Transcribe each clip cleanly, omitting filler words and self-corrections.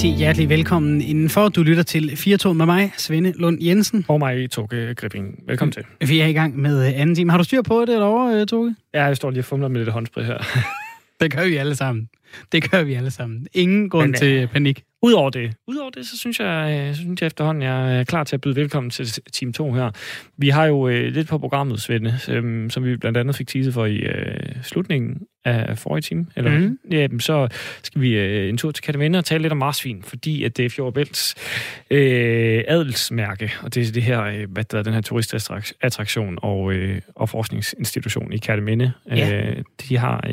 Rigtig hjertelig velkommen indenfor. Du lytter til 4-2 med mig, Svende Lund Jensen. Og mig, Toge Gripping. Velkommen til. Vi er i gang med anden time. Har du styr på det derovre, Toge? Ja, jeg står lige og fumler med lidt håndsprit her. Det gør vi alle sammen. Ingen grund til panik. Udover det, så synes jeg efterhånden, jeg er klar til at byde velkommen til Team 2 her. Vi har jo lidt på programmet, Svende, som vi blandt andet fik teaset for i slutningen af forrige time. Så skal vi en tur til Kerteminde og tale lidt om marsvin, fordi at det er Fjord Bælts adelsmærke, og det er det her, den her turistattraktion og forskningsinstitution i Kerteminde. Ja. De har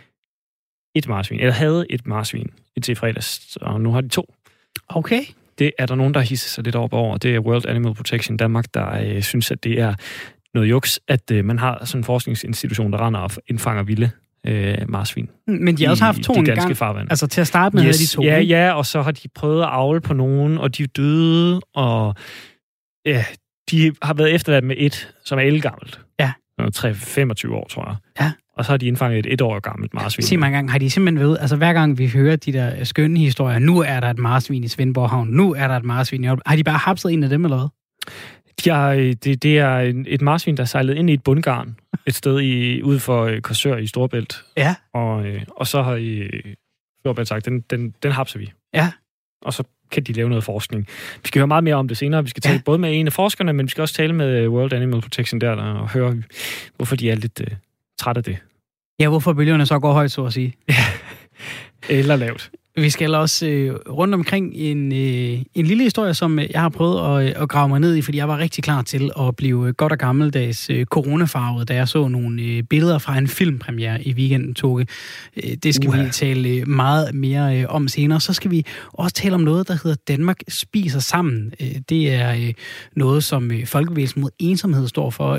et marsvin, eller havde et marsvin til fredags, og nu har de 2. Okay. Det er der nogen, der hisser sig lidt op over. Det er World Animal Protection Danmark, der synes, at det er noget juks, at man har sådan en forskningsinstitution, der render og indfanger vilde marsvin. Men de har også haft 2 en gang. Farvand. Altså til at starte med havde de 2. Ja, og så har de prøvet at avle på nogen, og de er døde, og ja, de har været efterladt med et, som er ældgammelt. Ja. 25 år, tror jeg. Ja. Og så har de indfanget et 1-år gammelt marsvin. Sig mig engang, har de simpelthen ved, altså hver gang vi hører de der skønne historier, nu er der et marsvin i Svendborg Havn, nu er der et marsvin i Aalborg. Har de bare hapset en af dem, eller hvad? Det er et marsvin, der sejlede ind i et bundgarn et sted ude for Korsør i Storebælt. Ja. Og så har Storebælt sagt, den hapser vi. Ja. Og så kan de lave noget forskning. Vi skal høre meget mere om det senere. Vi skal tale både med en af forskerne, men vi skal også tale med World Animal Protection der og høre, hvorfor de er lidt trætte af det. Ja, hvorfor bølgerne så går højt, så at sige. Ja, eller lavt. Vi skal også rundt omkring en lille historie, som jeg har prøvet at grave mig ned i, fordi jeg var rigtig klar til at blive godt og gammeldags coronafarvet, da jeg så nogle billeder fra en filmpremiere i weekenden, Toge. Det skal vi tale meget mere om senere. Så skal vi også tale om noget, der hedder Danmark spiser sammen. Det er noget, som Folkebevægelsen mod ensomhed står for,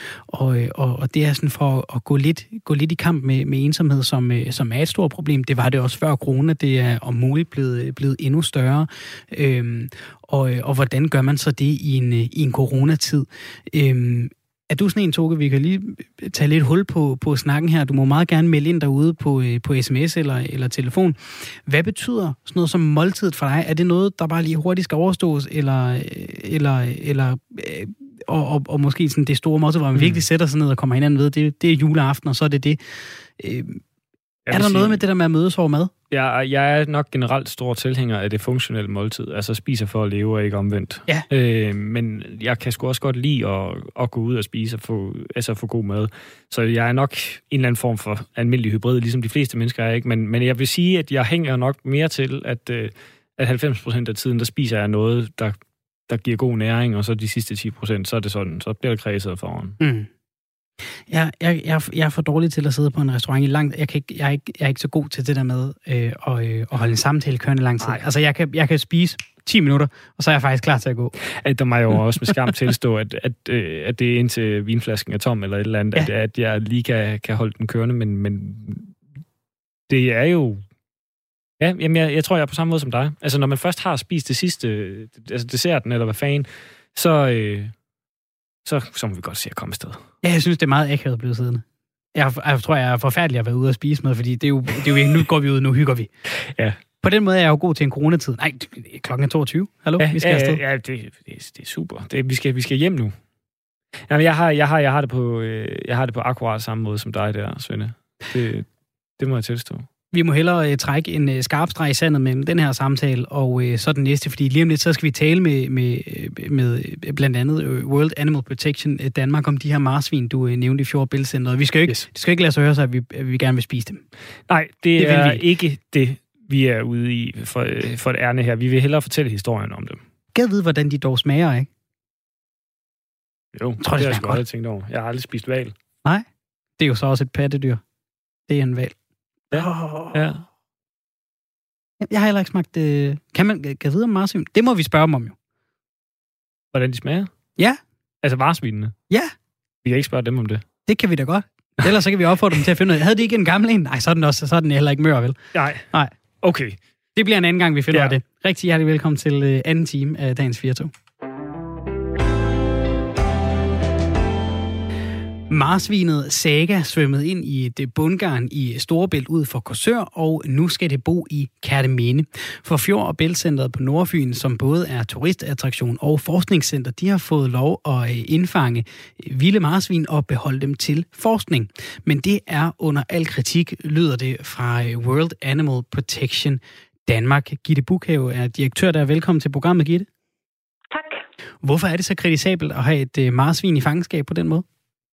og det er sådan for at gå lidt i kamp med ensomhed, som er et stort problem. Det var det også før corona. Det er om muligt blevet endnu større. Og hvordan gør man så det i en coronatid? Er du sådan en, Toge, vi kan lige tage lidt hul på snakken her. Du må meget gerne melde ind derude på sms eller telefon. Hvad betyder sådan noget som måltidet for dig? Er det noget, der bare lige hurtigt skal overstås, eller og måske sådan det store måltid, hvor man virkelig sætter sig ned og kommer hinanden ved, det er juleaften, og så er det. Er der noget med det der med at mødes over mad? Ja, jeg er nok generelt stor tilhænger af det funktionelle måltid. Altså spiser for at leve og ikke omvendt. Ja. Men jeg kan sgu også godt lide at gå ud og spise og få god mad. Så jeg er nok en eller anden form for almindelig hybrid, ligesom de fleste mennesker er, ikke? Men jeg vil sige, at jeg hænger nok mere til, at 90% af tiden, der spiser jeg noget, der giver god næring, og så de sidste 10%, så er det sådan, så bliver det kredset foran. Mm. Jeg er for dårlig til at sidde på en restaurant i lang tid. Jeg er ikke så god til det der med at holde en samtale kørende lang tid. Nej. Altså, jeg kan spise 10 minutter, og så er jeg faktisk klar til at gå. Der må jeg jo også med skam tilstå, at det er indtil vinflasken er tom, eller et eller andet, ja. at jeg lige kan holde den kørende, men det er jo... Ja, jamen jeg tror, jeg er på samme måde som dig. Altså, når man først har spist det sidste, altså desserten, eller hvad fanden, så må vi godt se at komme afsted. Ja, jeg synes, det er meget akavet blevet siddende. Jeg tror, jeg er forfærdelig at være ude og spise med, fordi det er jo nu går vi ud, nu hygger vi. Ja. På den måde er jeg jo god til en coronatid. Nej, klokken er 22. Hallo, vi skal afsted. Ja, det er super. Vi skal hjem nu. Jamen, jeg har det på akkurat samme måde som dig der, Svende. Det må jeg tilstå. Vi må hellere trække en skarp streg i sandet mellem den her samtale og så den næste, fordi lige om lidt, så skal vi tale med blandt andet World Animal Protection Danmark om de her marsvin, du nævnte i Fjord Bæltcenteret. Vi skal jo ikke, det skal ikke lade sig høre sig, at vi gerne vil spise dem. Nej, det er ikke det, vi er ude i for et ærne her. Vi vil hellere fortælle historien om dem. Gad vide, hvordan de dog smager, ikke? Jo, tror, det har jeg sgu aldrig tænkt over. Jeg har aldrig spist hval. Nej, det er jo så også et pattedyr. Det er en hval. Ja. Jeg har heller ikke smagt... Kan man vide om marsvin? Det må vi spørge om jo. Hvordan de smager? Ja. Altså marsvinene? Ja. Vi kan ikke spørge dem om det. Det kan vi da godt. Ellers så kan vi opfordre dem til at finde ud af. Havde de ikke en gammel en? Nej, så er den heller ikke mør, vel? Nej. Okay. Det bliver en anden gang, vi finder ud af det. Rigtig hjertelig velkommen til anden time af dagens 4-2. Marsvinet Saga svømmede ind i et bundgarn i Storebælt ud for Korsør, og nu skal det bo i Kerteminde. For Fjord- og Bæltcentret på Nordfyn, som både er turistattraktion og forskningscenter, de har fået lov at indfange vilde marsvin og beholde dem til forskning. Men det er under al kritik, lyder det fra World Animal Protection Danmark. Gitte Bukhave er direktør der. Velkommen til programmet, Gitte. Tak. Hvorfor er det så kritisabelt at have et marsvin i fangenskab på den måde?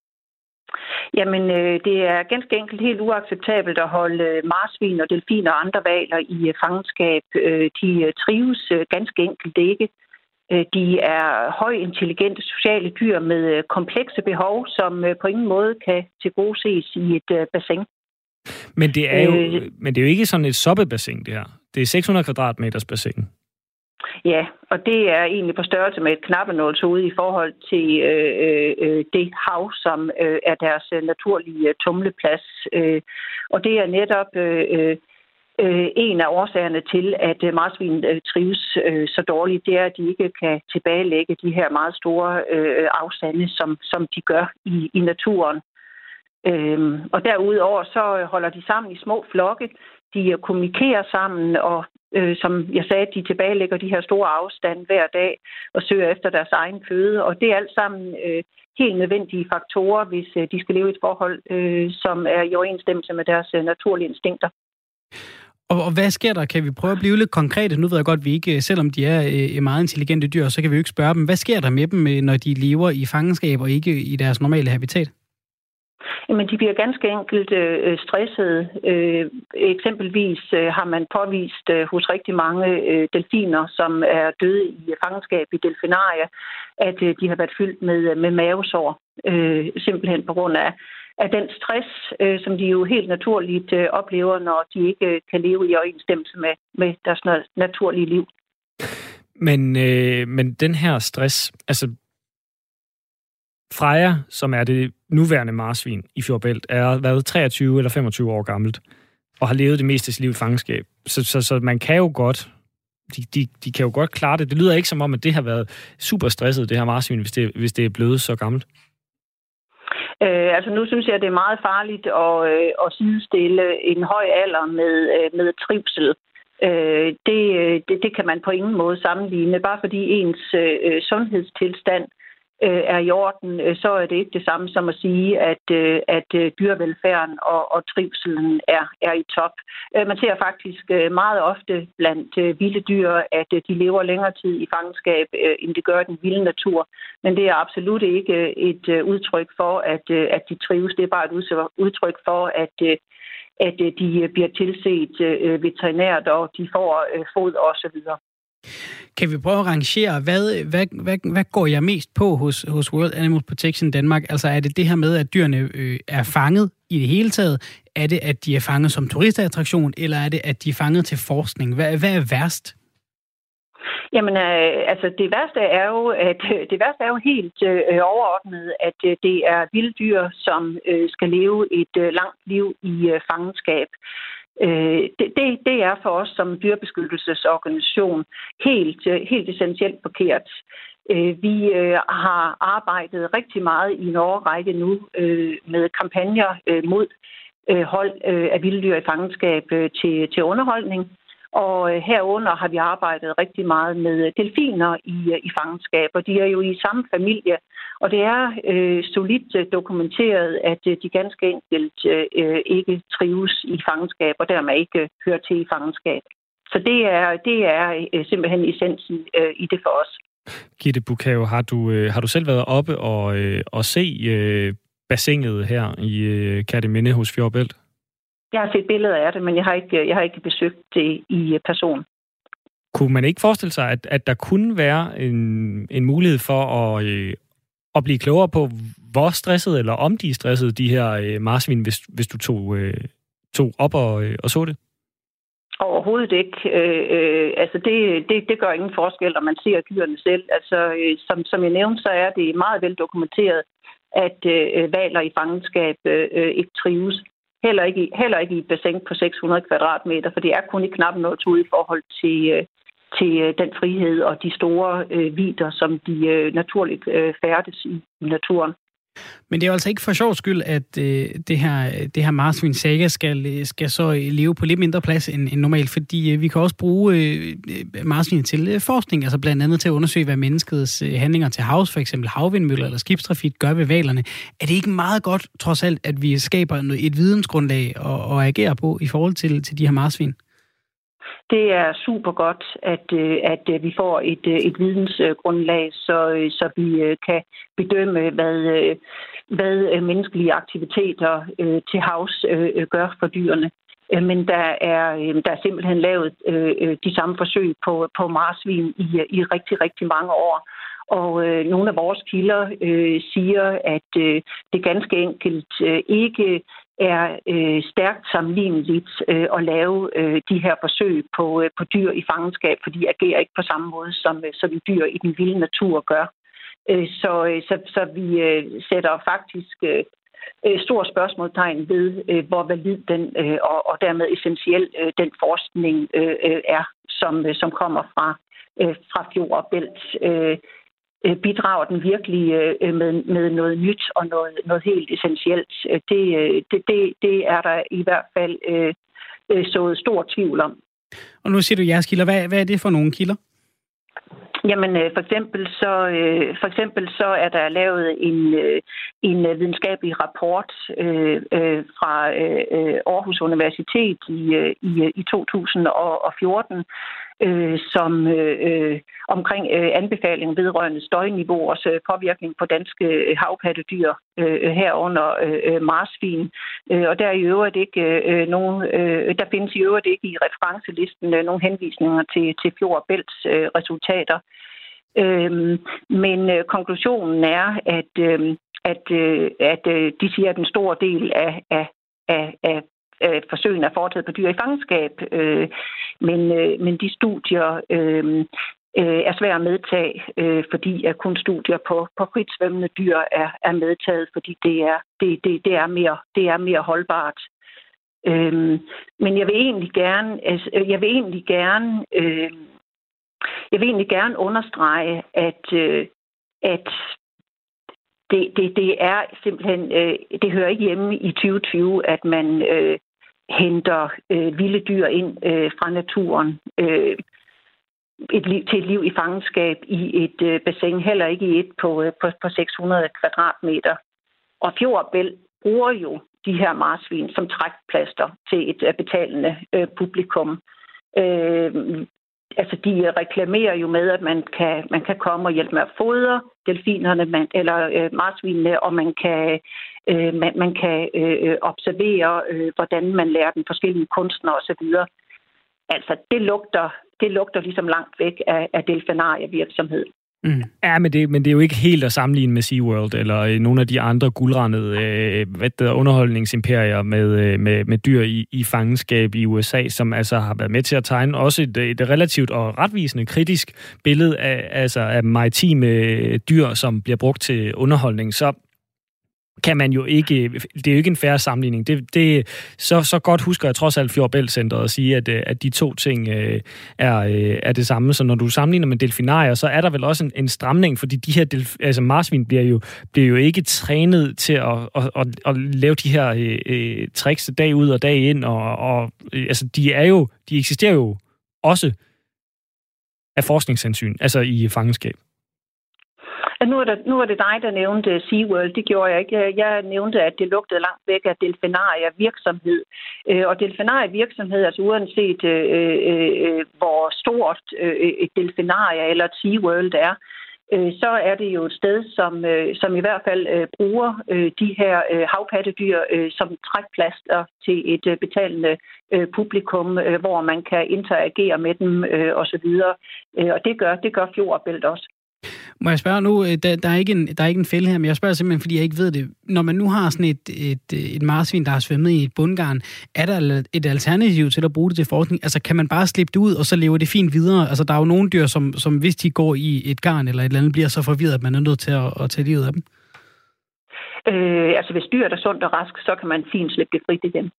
Jamen, det er ganske enkelt helt uacceptabelt at holde marsvin og delfiner og andre hvaler i fangenskab. De trives ganske enkelt ikke. De er højintelligente sociale dyr med komplekse behov, som på ingen måde kan tilgodeses i et bassin. Men det er jo ikke sådan et soppebassin, det her. Det er 600 kvadratmeters bassin. Ja, og det er egentlig på størrelse med et knappenålshoved i forhold til det hav, som er deres naturlige tumleplads. Og det er netop en af årsagerne til, at marsvin trives så dårligt. Det er, at de ikke kan tilbagelægge de her meget store afstande, som de gør i naturen. Og derudover så holder de sammen i små flokke. De kommunikerer sammen, og som jeg sagde, de tilbagelægger de her store afstande hver dag og søger efter deres egen føde. Og det er alt sammen helt nødvendige faktorer, hvis de skal leve i et forhold, som er i overensstemmelse med deres naturlige instinkter. Og hvad sker der? Kan vi prøve at blive lidt konkrete? Nu ved jeg godt, at vi ikke, selvom de er meget intelligente dyr, så kan vi jo ikke spørge dem. Hvad sker der med dem, når de lever i fangenskab og ikke i deres normale habitat? Jamen, de bliver ganske enkelt stressede. Eksempelvis har man påvist hos rigtig mange delfiner, som er døde i fangenskab i delfinarier, at de har været fyldt med mavesår. Simpelthen på grund af den stress, som de jo helt naturligt oplever, når de ikke kan leve i overensstemmelse med deres naturlige liv. Men den her stress, altså Freja, som er det nuværende marsvin i Fjord-Bælt, er været 23 eller 25 år gammelt og har levet det meste af sit liv i fangenskab. Så man kan jo godt, de kan jo godt klare det. Det lyder ikke som om, at det har været super stresset, det her marsvin, hvis det er blevet så gammelt. Altså nu synes jeg, at det er meget farligt at sidestille en høj alder med trivsel. Det kan man på ingen måde sammenligne. Bare fordi ens sundhedstilstand er i orden, så er det ikke det samme som at sige, at dyrevelfærden og trivselen er i top. Man ser faktisk meget ofte blandt vilde dyr, at de lever længere tid i fangenskab, end det gør den vilde natur. Men det er absolut ikke et udtryk for, at de trives. Det er bare et udtryk for, at de bliver tilset veterinært, og de får fod og så videre. Kan vi prøve at rangere, hvad går jeg mest på hos World Animal Protection Danmark? Altså er det her med, at dyrene er fanget i det hele taget? Er det, at de er fanget som turistattraktion, eller er det, at de er fanget til forskning? Hvad er værst? Jamen, altså det værste er jo helt overordnet, at det er vilde dyr, som skal leve et langt liv i fangenskab. Det er for os som dyrebeskyttelsesorganisation helt essentielt forkert. Vi har arbejdet rigtig meget i en årrække nu med kampagner mod hold af vilde dyr i fangenskab til underholdning. Og herunder har vi arbejdet rigtig meget med delfiner i fangenskab, og de er jo i samme familie. Og det er solidt dokumenteret, at de ganske enkelt ikke trives i fangenskab, og dermed ikke hører til i fangenskab. Så det er simpelthen essensen i det for os. Gitte Bukhave, har du selv været oppe og se bassinet her i Kerteminde hos Fjord-Bælt? Jeg har set billeder af det, men jeg har ikke besøgt det i person. Kunne man ikke forestille sig, at der kunne være en mulighed for at blive klogere på, hvor stresset eller om de er stresset, de her marsvin, hvis du tog op og så det? Overhovedet ikke. Altså det gør ingen forskel, når man ser dyrene selv. Altså, som jeg nævnte, så er det meget vel dokumenteret, at hvaler i fangenskab ikke trives. Heller ikke i et bassin på 600 kvadratmeter, for det er kun i knap noget ud i forhold til den frihed og de store vidder, som de naturligt færdes i naturen. Men det er jo altså ikke for sjov skyld, at det her marsvin saga skal så leve på lidt mindre plads end normalt, fordi vi kan også bruge marsvin til forskning, altså blandt andet til at undersøge, hvad menneskets handlinger til havs, for eksempel havvindmøller eller skibstrafik, gør ved hvalerne. Er det ikke meget godt, trods alt, at vi skaber et vidensgrundlag at agere på i forhold til de her marsvin? Det er super godt, at vi får et vidensgrundlag, så vi kan bedømme, hvad menneskelige aktiviteter til havs gør for dyrene. Men der er simpelthen lavet de samme forsøg på marsvin i rigtig, rigtig mange år. Og nogle af vores kilder siger, at det ganske enkelt ikke er stærkt sammenligneligt at lave de her forsøg på dyr i fangenskab, for de agerer ikke på samme måde, som dyr i den vilde natur gør. Så vi sætter faktisk stor spørgsmålstegn ved, hvor valid den og dermed essentiel den forskning er, som kommer fra Fjord og Bælt. Bidrager den virkelig med noget nyt og noget helt essentielt? Det er der i hvert fald sået stor tvivl om. Og nu siger du jeres kilder. Hvad er det for nogle kilder? Jamen, for eksempel så er der lavet en videnskabelig rapport fra Aarhus Universitet i 2014, som omkring anbefalinger vedrørende støjniveauers påvirkning på danske havpattedyr herunder marsvin. Og der er i øvrigt ikke der findes i øvrigt ikke i referencelisten nogen henvisninger til Fjord og Bælts resultater. Men konklusionen er, at de siger, at en stor del af forsøgene er foretaget på dyr i fangenskab, men de studier er svære at medtage, fordi at kun studier på fritsvømmende dyr er medtaget, fordi det er mere holdbart. Men jeg vil egentlig gerne understrege, at det er simpelthen det hører ikke hjemme i 2020, at man henter vilde dyr ind fra naturen til et liv i fangenskab i et bassin, heller ikke i et på 600 kvadratmeter. Og Fjord og Bælt bruger jo de her marsvin som trækplaster til et betalende publikum. Altså, de reklamerer jo med, at man kan komme og hjælpe med at fodre delfinerne eller marsvinene, og man kan observere, hvordan man lærer den forskellige kunstnere osv. Altså, det lugter ligesom langt væk af delfinarievirksomhed. Mm. Ja, men det er jo ikke helt at sammenligne med SeaWorld eller nogle af de andre guldrandede underholdningsimperier med dyr i fangenskab i USA, som altså har været med til at tegne også et relativt og retvisende kritisk billede af maritime dyr, som bliver brugt til underholdning. Så kan man jo ikke, det er jo ikke en fair sammenligning. Så godt husker jeg trods alt Fjord og Bælt Centret at sige, at de to ting er det samme. Så når du sammenligner med delfinarier, så er der vel også en stramning, fordi de her marsvin bliver jo ikke trænet til at lave de her tricks dag ud og dag ind, og altså de eksisterer jo også af forskningshensyn, altså i fangenskab. Nu er det dig, der nævnte SeaWorld. Det gjorde jeg ikke. Jeg nævnte, at det lugtede langt væk af delfinarievirksomhed. Og delfinarievirksomhed, altså uanset hvor stort et delfinarie eller et SeaWorld er, så er det jo et sted, som i hvert fald bruger de her havpattedyr som trækplaster til et betalende publikum, hvor man kan interagere med dem osv. Og det gør Fjord og Bælt også. Må jeg spørge nu, der er ikke en fælde her, men jeg spørger simpelthen, fordi jeg ikke ved det. Når man nu har sådan et marsvin, der har svømmet i et bundgarn, er der et alternativ til at bruge det til forskning? Altså, kan man bare slippe det ud, og så lever det fint videre? Altså, der er jo nogle dyr, som hvis de går i et garn eller et eller andet, bliver så forvirret, at man er nødt til at tage livet af dem. Altså, hvis dyret er sundt og rask, så kan man fint slippe det frit igen.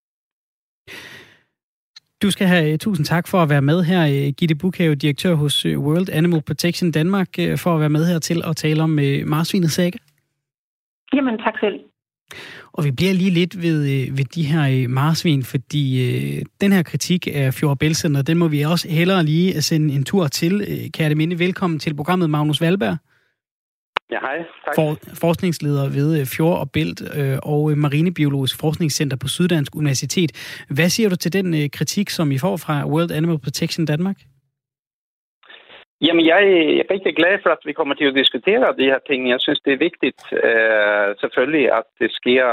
Du skal have tusind tak for at være med her, Gitte Bukhave, direktør hos World Animal Protection Danmark, for at være med her til at tale om marsvinet saga. Jamen, tak selv. Og vi bliver lige lidt ved de her marsvin, fordi den her kritik af Fjord Bæltcenter, den må vi også hellere lige sende en tur til. Kære minde, velkommen til programmet, Magnus Valberg. Ja, hej. Tak. Forskningsleder ved Fjord og Bælt og Marinebiologisk Forskningscenter på Syddansk Universitet. Hvad siger du til den kritik, som I får fra World Animal Protection Danmark? Jamen, jeg er rigtig glad for, at vi kommer til at diskutere de her ting. Jeg synes, det er vigtigt selvfølgelig, at det sker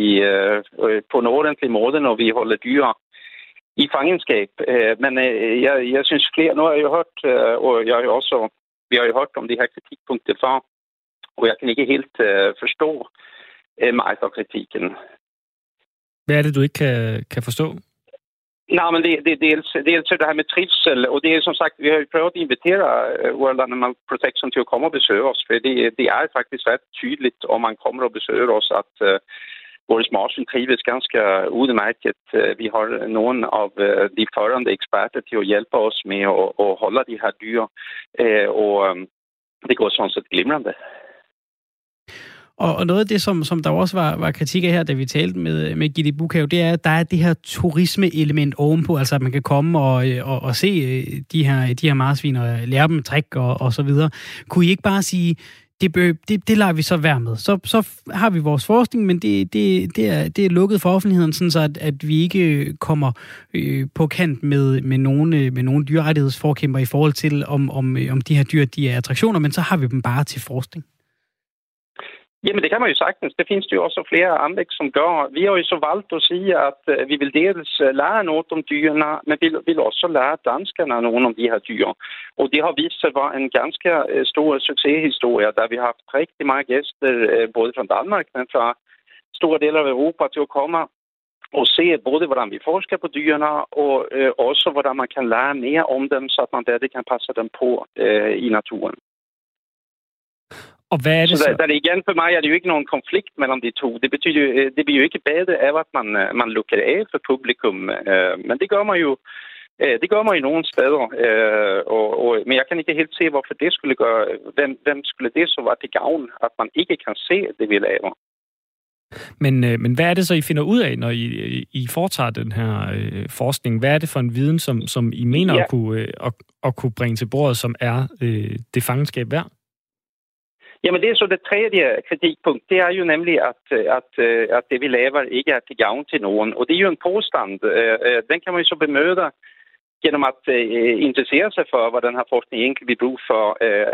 på en ordentlig måde, når vi holder dyr i fangenskab. Men jeg synes flere, nu har jeg jo hørt, og vi har jo hørt om de her kritikpunkter før, og jeg kan ikke helt forstå meget af kritikken. Hvad er det, du ikke kan forstå? Nej, men det er det her med trivsel, og det er som sagt, vi har jo prøvet at invitere World Animal Protection til at komme og besøge os, for det er faktisk ret tydeligt, om man kommer og besøger os, at vores marsvin trives ganske udmærket. Vi har nogle af de førende eksperter til at hjælpe os med at holde de her dyr, og det går sådan set glimrende. Og noget af det, som der også var kritik af her, da vi talte med Gitte Buchau, det er, at der er det her turisme-element ovenpå, altså at man kan komme og se de her marsvin og lære dem trick og så videre. Kunne I ikke bare sige, det lader vi så være med? Så har vi vores forskning, men det er lukket for offentligheden, sådan så at vi ikke kommer på kant med nogle dyrerettighedsforkæmper i forhold til, om de her dyr, de er attraktioner, men så har vi dem bare til forskning. Jamen, det kan man jo sagtens. Det finns jo også flere anlæg, som gør. Vi har jo så valgt at sige, at vi vil dels lære noget om dyrene, men vi vil også lære danskerne nogle om de her dyr. Og det har vist sig at være en ganske stor succeshistorie, der vi har haft rigtig mange gæster, både fra Danmark, men fra store deler af Europa, til at komme og se både, hvordan vi forsker på dyrene, og også, hvordan man kan lære mere om dem, så at man bedre kan passe dem på i naturen. Og hvad er det så? Der igen for mig er det jo ikke nogen konflikt mellem de to. Det betyder jo, det bliver jo ikke bedre af, at man lukker af for publikum. Men det gør man jo. Det gør man jo nogle steder. Men jeg kan ikke helt se, hvorfor det skulle gøre. Hvem skulle det så være til gavn, at man ikke kan se det, vi laver? Men hvad er det så, I finder ud af, når I foretager den her forskning? Hvad er det for en viden, som I mener at kunne bringe til bordet, som er det fangenskab værd? Jamen, det er så det tredje kritikpunkt. Det er jo nemlig, at det, vi laver, ikke er til gavn til nogen. Og det er jo en påstand. Den kan man jo så bemøde gennem at interessere sig for, hvad den her forskning egentlig vil bruge for.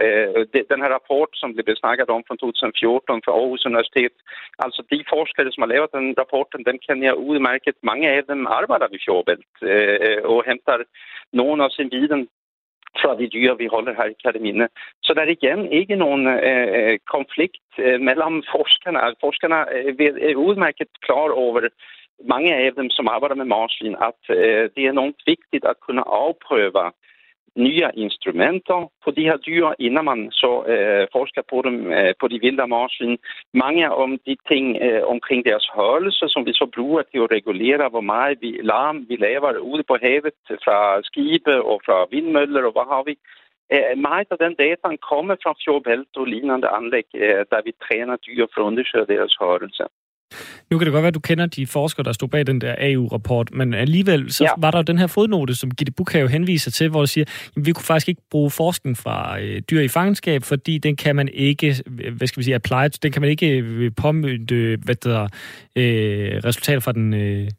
Den her rapport, som blev snakket om fra 2014 fra Aarhus Universitet, altså de forskere, som har lavet den rapporten, dem kender jeg udmærket. Mange af dem arbejder ved Fjord og Bælt og henter nogen af sin viden fra de dyr, vi holder her i Akademien. Så der er igen ikke nogen konflikt mellem forskerne. Forskerne er udmærket klar over, mange af dem, som arbejder med marsvin, at det er enormt vigtigt at kunne afprøve nye instrumenter på de her dyr, inden man så forsker på dem, på de vilde marsvin. Mange af de ting omkring deres hørelse, som vi så bruger til at regulere, hvor meget larm vi laver ude på havet fra skibe og fra vindmøller, og hvad har vi. Meget af den data kommer fra Fjord og Bælt og lignende anlæg, der vi træner dyr for at undersøge deres hørelse. Nu kan det godt være, at du kender de forskere, der stod bag den der AU-rapport, men alligevel så var der jo den her fodnote, som Gitte Buchau henviser til, hvor det siger, at vi kunne faktisk ikke bruge forskning fra dyr i fangenskab, fordi den kan man ikke, apply, den kan man ikke påmønte, resultater fra den,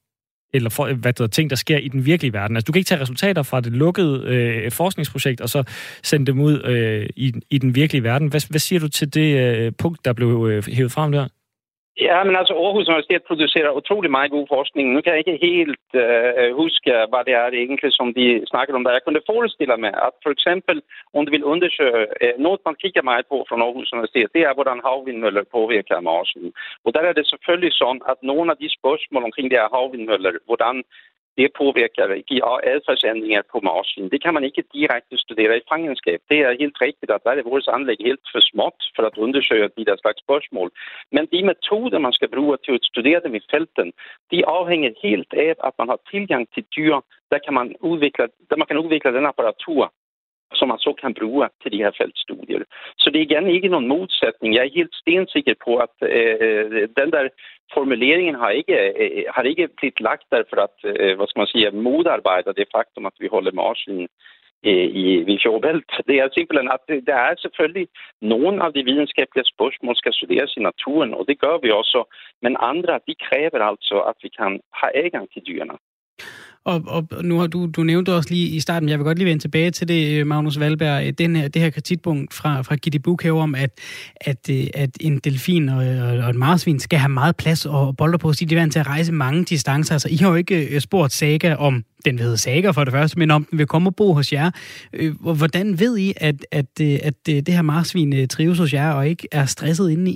ting, der sker i den virkelige verden. Altså, du kan ikke tage resultater fra det lukkede forskningsprojekt, og så sende dem ud i den virkelige verden. Hvad siger du til det punkt, der blev hævet frem der? Ja, men altså Aarhus Universitet producerer utrolig meget god forskning. Nu kan jeg ikke helt huske, hvad det er egentlig, som de snakker om der. Jeg kunne forestille mig, at for eksempel, om du vil undersøge noget, man kigger meget på fra Aarhus Universitet, det er, hvordan havvindmøller påvirker marsvin. Og der er det selvfølgelig sådan, at nogle af de spørgsmål omkring de her havvindmøller, hvordan det påvirker, giver adfærdsændringer på marsvin. Det kan man ikke direkte studere i fangenskab. Det er helt rigtigt, at der er vores anlæg helt for småt for at undersøge de der slags spørgsmål. Men de metoder, man skal bruge til at studere dem i felten, de afhænger helt af, at man har tilgang til dyr, der man kan udvikle den apparatur, som man så kan bruge til de her feltstudier. Så det er igen ikke nogen modsætning. Jeg er helt stensikker på, at den der formuleringen har ikke blivet lagt der for at, modarbejde det faktum, at vi holder marsvin i Fjordbælt. Det er simpelthen, at der er selvfølgelig nogle af de videnskabelige spørgsmål, skal studeres i naturen, og det gør vi også. Men andre, de kræver altså, at vi kan have adgang til dyrene. Og nu har du nævnte også lige i starten, jeg vil godt lige vende tilbage til det, Magnus Wallberg, det her kritikpunkt fra Gitte Buch om, at en delfin og et marsvin skal have meget plads og bolder på, så de er vant til at rejse mange distancer. Altså, I har jo ikke spurgt Saga om, den vil hedde Saga for det første, men om den vil komme og bo hos jer. Hvordan ved I, at det her marsvin trives hos jer og ikke er stresset indeni?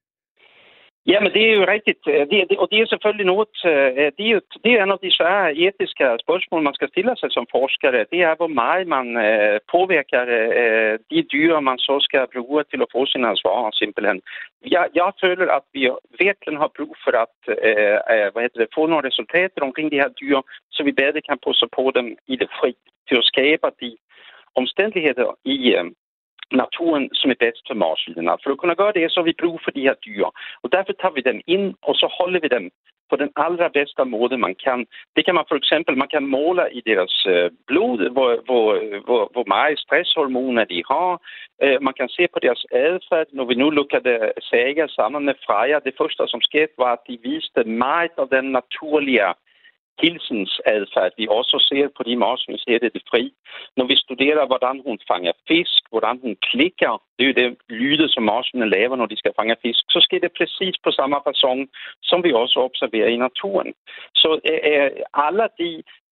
Ja, men det er jo rigtigt. Og det er selvfølgelig noget, det er en af de svære etiske spørgsmål, man skal stille sig som forskere. Det er, hvor meget man påvirker de dyr, man så skal bruge til at få sine svar, simpelthen. Jeg føler, at vi virkelig har brug for at få nogle resultater omkring de her dyr, så vi bedre kan passe på dem i det fri, til at skabe de omstændigheder i naturen, som er bedst for marsvinene. For at kunne gøre det, så har vi brug for de her dyr. Og derfor tager vi dem ind, og så holder vi dem på den allra bedste måde, man kan. Det kan man for eksempel, man kan måle i deres blod, hvor meget stresshormoner de har. Man kan se på deres adfærd. Når vi nu lukkede Saga sammen med Freja, det første, som skete, var, at de viste meget af den naturlige hilsens adfærd. Vi også ser på de marsvin, så det fri. Når vi studerer, hvordan hun fanger fisk, hvordan hun klikker, det er jo det lyde, som marsvinene laver, når de skal fange fisk, så sker det præcis på samme facon, som vi også observerer i naturen. Så alle de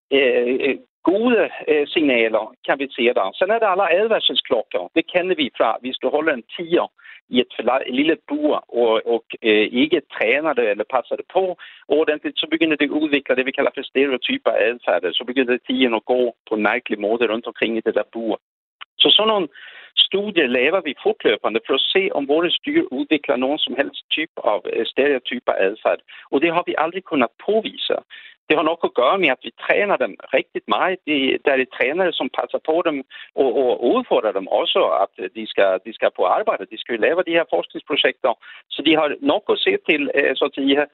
gode signaler kan vi se der. Så er der alle advarselsklokker. Det kender vi fra, hvis du holder en tiger i et lille bur og ikke træner det eller passer det på ordentligt, så begynder det at udvikle det, vi kalder for stereotyper adfærd. Så begynder det tigeren at gå på en mærkelig måde rundt omkring i det der bur. Så sådan nogle studier laver vi fortløbende for at se, om vores dyr udvikler nogen som helst type af stereotyper adfærd. Og det har vi aldrig kunnet påvise. Det har nok at gøre med, at vi træner dem rigtig meget. Der er trænere, som passer på dem og udfordrer dem også, at de skal på arbejde. De skal lave de her forskningsprojekter. Så de har nok at se til, så at sige,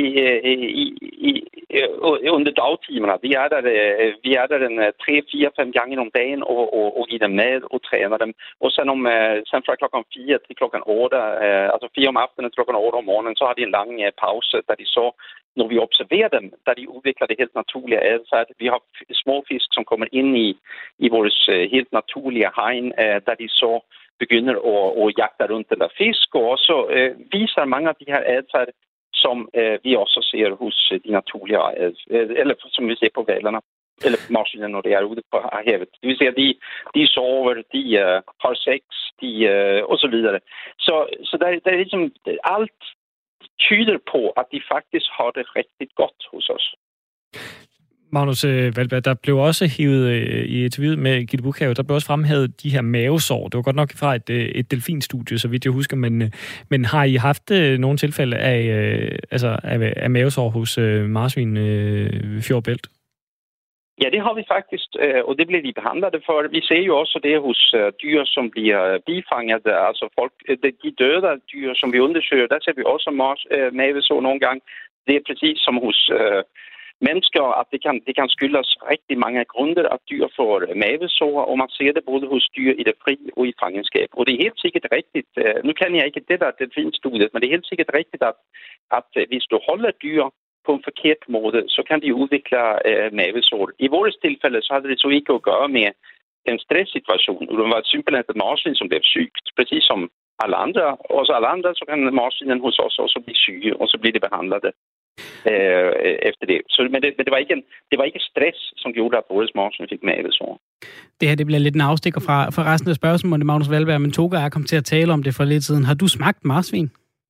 under dagtimerne. Vi er der 3, 4, 5 gange om dagen og giver dem mad og træner dem. Og sen fra klokken 4 til klokken 8, altså 4 om aftenen til klokken 8 om morgenen, så har de en lang pause, der de så, når vi observerer dem, der de udvikler det helt naturlige adfærd. Vi har små fisk, som kommer ind i vores helt naturlige hegn, der de så begynder at jagte rundt den der fisk, og også viser mange af de her adfærd, som vi også ser hos de naturlige eller som vi ser på hvalerne, eller marsvinene, når de er ude på havet. Det vil sige, at de sover, de har sex, og så videre. Så der er ligesom alt tyder på, at de faktisk har det rigtig godt hos os. Magnus Wallberg, der blev også hivet i interviewet med Gitte Buch, der blev også fremhævet de her mavesår. Det var godt nok fra et delfinstudie, så vidt jeg husker, men har I haft nogle tilfælde af mavesår hos marsvin Fjordbælt? Ja, det har vi faktisk, og det bliver de behandlet for. Vi ser jo også det hos dyr, som bliver bifanget, altså de døde dyr, som vi undersøger, der ser vi også mavesår nogle gange. Det er præcis som hos mennesker, at det kan skyldes rigtig mange grunde, at dyr får mavesår, og man ser det både hos dyr i det fri og i fangenskab. Og det er helt sikkert rigtigt, nu kan jeg ikke det der delfinstudiet, men det er helt sikkert rigtigt, at hvis du holder dyr på en forkert måde, så kan de udvikle mavesår. I vores tilfælde, så havde det så ikke at gøre med en stresssituation. Det var simpelthen et marsvin, som blev sygt, præcis som alle andre. Og så alle andre, så kan marsvinen hos os også blive syge, og så bliver det behandlet efter det. Men det var ikke stress, som gjorde, at vores marsvin fik mavesår. Det her det bliver lidt en afstikker fra resten af spørgsmålet, Magnus Wallberg, men Toga er kommet til at tale om det for lidt siden. Har du smagt marsvin?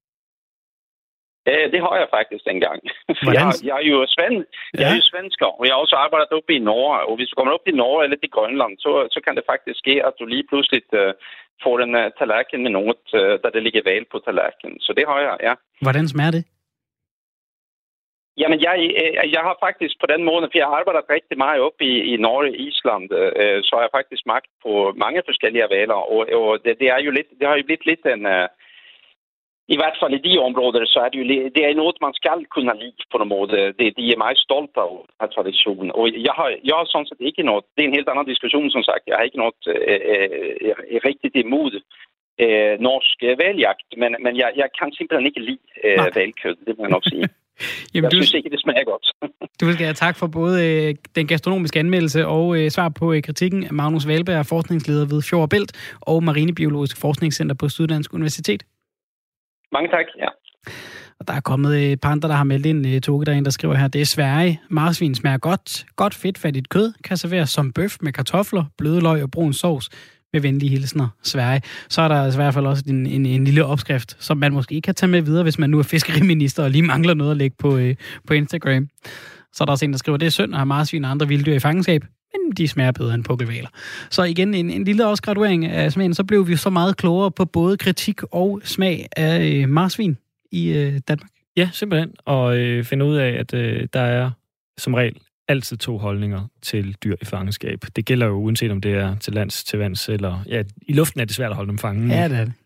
Det har jeg faktisk engang. Jeg er jo svensker, og jeg har også arbejdet oppe i Norge. Og hvis du kommer op i Norge eller til Grønland, så kan det faktisk ske, at du lige pludselig får en tallerken med noget, der det ligger vel på tallerkenen. Så det har jeg, ja. Hvordan smager det? Jamen, jeg har faktisk på den måde, for jeg har arbejdet rigtig meget op i Norge og Island, så har jeg faktisk smagt på mange forskellige valer, og det er jo lidt, det har jo blivet lidt en, i hvert fald i de områder, så er det jo det er noget, man skal kunne lide på en måde. De er meget stolte af traditionen, og jeg har sådan set ikke noget, det er en helt anden diskussion, som sagt, jeg har ikke noget rigtigt imod norsk valjagt, men jeg kan simpelthen ikke lide valkød, det må jeg nok sige. Jamen, jeg synes ikke, det smager godt. Du skal have tak for både den gastronomiske anmeldelse og svar på kritikken af Magnus Wahlberg, forskningsleder ved Fjord og Bælt og Marinebiologisk Forskningscenter på Syddansk Universitet. Mange tak, ja. Og der er kommet et par andre, der har meldt ind, Toge, der er en, der skriver her, det er Sverige. Marsvin smager godt. Godt fedtfattigt kød kan serveres som bøf med kartofler, bløde løg og brun sovs. Med venlige hilsner, Sverige. Så er der altså i hvert fald også en lille opskrift, som man måske kan tage med videre, hvis man nu er fiskeriminister og lige mangler noget at lægge på Instagram. Så er der også en, der skriver, det er synd at have marsvin og andre vilddyr i fangenskab, men de smager bedre end pukkelhvaler. Så igen, en lille også-graduering af smagen, så blev vi så meget klogere på både kritik og smag af marsvin i Danmark. Ja, simpelthen. Og finde ud af, at der er som regel altid 2 holdninger til dyr i fangenskab. Det gælder jo uanset om det er til lands, til vands, eller ja, i luften er det svært at holde dem fangen. Ja, det er det.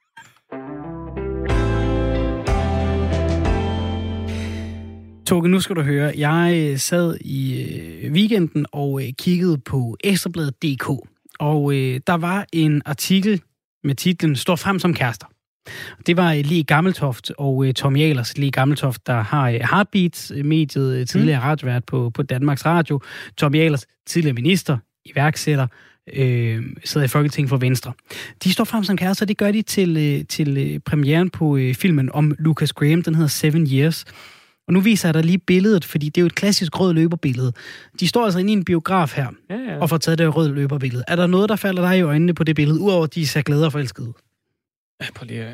Toge, nu skal du høre. Jeg sad i weekenden og kiggede på Ekstrabladet.dk, og der var en artikel med titlen Står frem som kærester. Det var Lee Gammeltoft og Tommy Ahlers. Lee Gammeltoft, der har Heartbeat-mediet, tidligere radiovært på Danmarks Radio. Tommy Ahlers, tidligere minister, iværksætter, sidder i Folketinget for Venstre. De står frem som kærester, det gør de til premieren på filmen om Lucas Graham, den hedder 7 Years. Og nu viser jeg dig lige billedet, fordi det er jo et klassisk rød løberbillede. De står altså inde i en biograf her, og får taget det røde løberbillede. Er der noget, der falder dig i øjnene på det billede, udover de er glade og forelskede? Prøv lige.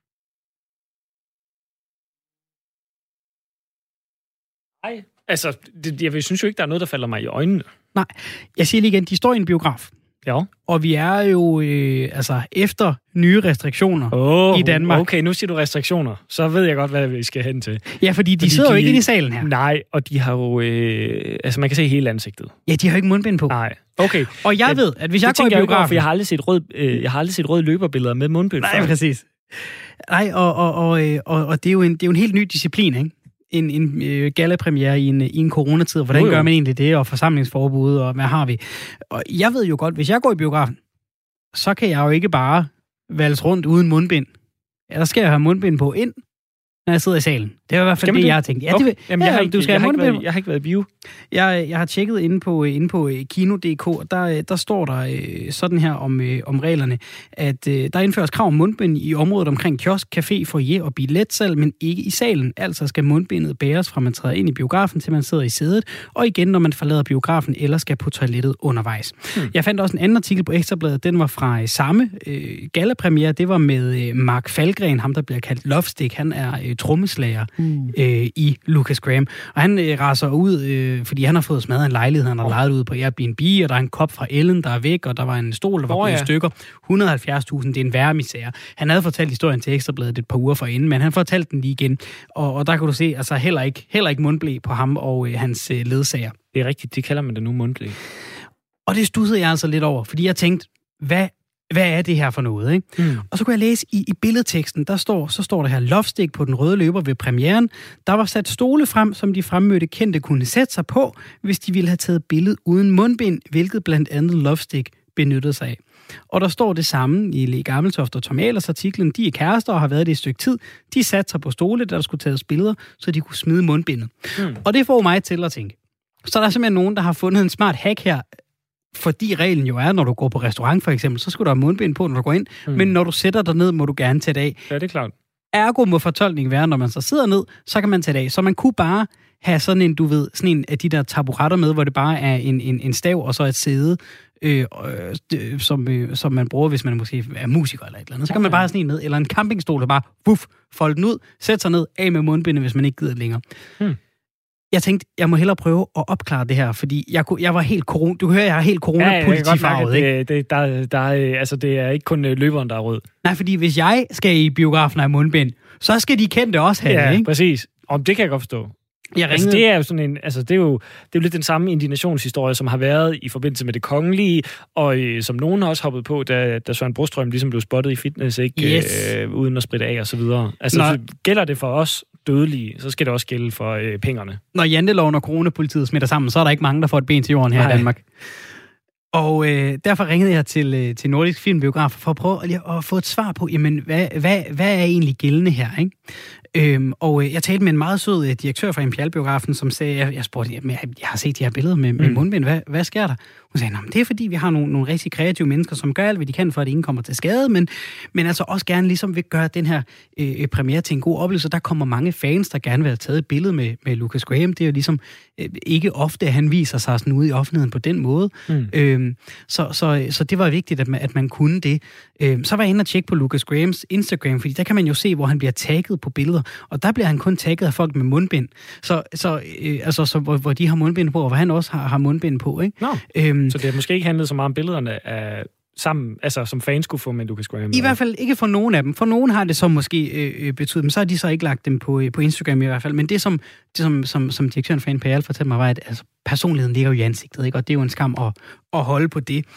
Nej, altså, jeg synes jo ikke, der er noget, der falder mig i øjnene. Nej, jeg siger lige igen, de står i en biograf. Ja. Og vi er jo efter nye restriktioner i Danmark. Okay, nu siger du restriktioner. Så ved jeg godt, hvad vi skal hen til. Ja, fordi de sidder jo ikke inde i salen her. Nej, og de har jo... altså, man kan se hele ansigtet. Ja, de har jo ikke mundbind på. Nej, okay. Og jeg ved, at hvis jeg går i biografen... For jeg har aldrig set rød løberbilleder med mundbind. Nej, præcis. Nej, og det er jo en helt ny disciplin, ikke? En gallapremiere i en coronatid. Hvordan gør man egentlig det? Og forsamlingsforbud, og hvad har vi? Og jeg ved jo godt, hvis jeg går i biografen, så kan jeg jo ikke bare valse rundt uden mundbind. Ja, der skal jeg have mundbind på ind, når jeg sidder i salen. Det er i hvert fald det, jeg har tænkt. Ja, okay. Jamen, jeg har ikke været i bio. Jeg har tjekket inde på Kino.dk, der står der sådan her om reglerne, at der indføres krav om mundbind i området omkring kiosk, café, foyer og billetsalg, men ikke i salen. Altså skal mundbindet bæres fra man træder ind i biografen, til man sidder i sædet, og igen, når man forlader biografen eller skal på toilettet undervejs. Jeg fandt også en anden artikel på Ekstrabladet, den var fra samme gallapremiere. Det var med Mark Falgren, ham der bliver kaldt Lovestick. Han er trommeslager i Lucas Graham. Og han raser ud, fordi han har fået smadret en lejlighed, han har lejet ud på Airbnb, og der er en kop fra Ellen, der er væk, og der var en stol, der var blevet i stykker. 170.000, det er en værre misære. Han havde fortalt historien til Ekstrabladet et par uger forinden, men han fortalte den lige igen. Og der kan du se, altså heller ikke mundblæ på ham og hans ledsager. Det er rigtigt, de kalder man det nu mundblæ. Og det studsede jeg altså lidt over, fordi jeg tænkte, hvad er det her for noget, ikke? Og så kunne jeg læse i billedteksten, så står der her, Lovestick på den røde løber ved premieren. Der var sat stole frem, som de fremmødte kendte kunne sætte sig på, hvis de ville have taget billedet uden mundbind, hvilket blandt andet Lovestick benyttede sig af. Og der står det samme i Lee Gammeltoft og Tommy Ahlers artiklen. De er kærester og har været det et stykke tid. De satte sig på stole, der skulle tages billeder, så de kunne smide mundbindet. Og det får mig til at tænke. Så er der simpelthen nogen, der har fundet en smart hack her, fordi reglen jo er, når du går på restaurant for eksempel, så skal du have mundbind på, når du går ind. Men når du sætter dig ned, må du gerne tage det af. Ja, det er klart. Ergo må fortolkningen være, når man så sidder ned, så kan man tage det af. Så man kunne bare have sådan en af de der taburetter med, hvor det bare er en stav og så et sæde, som man bruger, hvis man måske er musiker eller et eller andet. Så kan man bare have sådan en med, eller en campingstol, der bare folde den ud, sætte sig ned, af med mundbindet, hvis man ikke gider længere. Jeg tænkte, jeg må hellere prøve at opklare det her, fordi jeg var helt corona. Du hører, jeg er helt corona-politifarvet, ikke? Det er ikke kun løberen, der er rød. Nej, fordi hvis jeg skal i biografen af mundbind, så skal de kendte også have det, ikke? Præcis. Om det kan jeg godt forstå. Altså, det er jo sådan en, altså det er jo lidt den samme indignationshistorie, som har været i forbindelse med Det Kongelige, og som nogen har også hoppet på, da Søren Brostrøm ligesom blev spottet i fitness, ikke? Yes. Uden at spritte af og så videre. Altså, så gælder det for os dødelige, så skal det også gælde for pengene. Når janteloven og coronapolitiet smitter sammen, så er der ikke mange, der får et ben til jorden her i Danmark. Og derfor ringede jeg til Nordisk Filmbiograf for at prøve at få et svar på, jamen, hvad er egentlig gældende her, ikke? Og jeg talte med en meget sød direktør fra Imperial-biografen, som sagde, jeg spurgte, jeg har set de her billeder med mundbind, hvad sker der? Hun sagde, det er fordi, vi har nogle rigtig kreative mennesker, som gør alt, hvad de kan, for at ingen kommer til skade, men altså også gerne ligesom vil gøre den her premiere til en god oplevelse. Der kommer mange fans, der gerne vil have taget et billede med Lucas Graham. Det er jo ligesom ikke ofte, at han viser sig sådan ude i offentligheden på den måde. Så det var vigtigt, at man kunne det. Så var jeg inde og tjekke på Lucas Grahams Instagram, fordi der kan man jo se, hvor han bliver tagget på billeder, og der bliver han kun tagget af folk med mundbind. Så hvor de har mundbind på, og hvor han også har mundbind på, ikke? Så det har måske ikke handlet så meget om billederne af sammen, altså som fans skulle få med Lucas Graham? I hvert fald ikke for nogen af dem. For nogen har det så måske betydet, men så har de så ikke lagt dem på Instagram i hvert fald. Men det, som direktøren for Imperial fortalte mig, var, at altså, personligheden ligger jo i ansigtet, ikke? Og det er jo en skam at holde på det.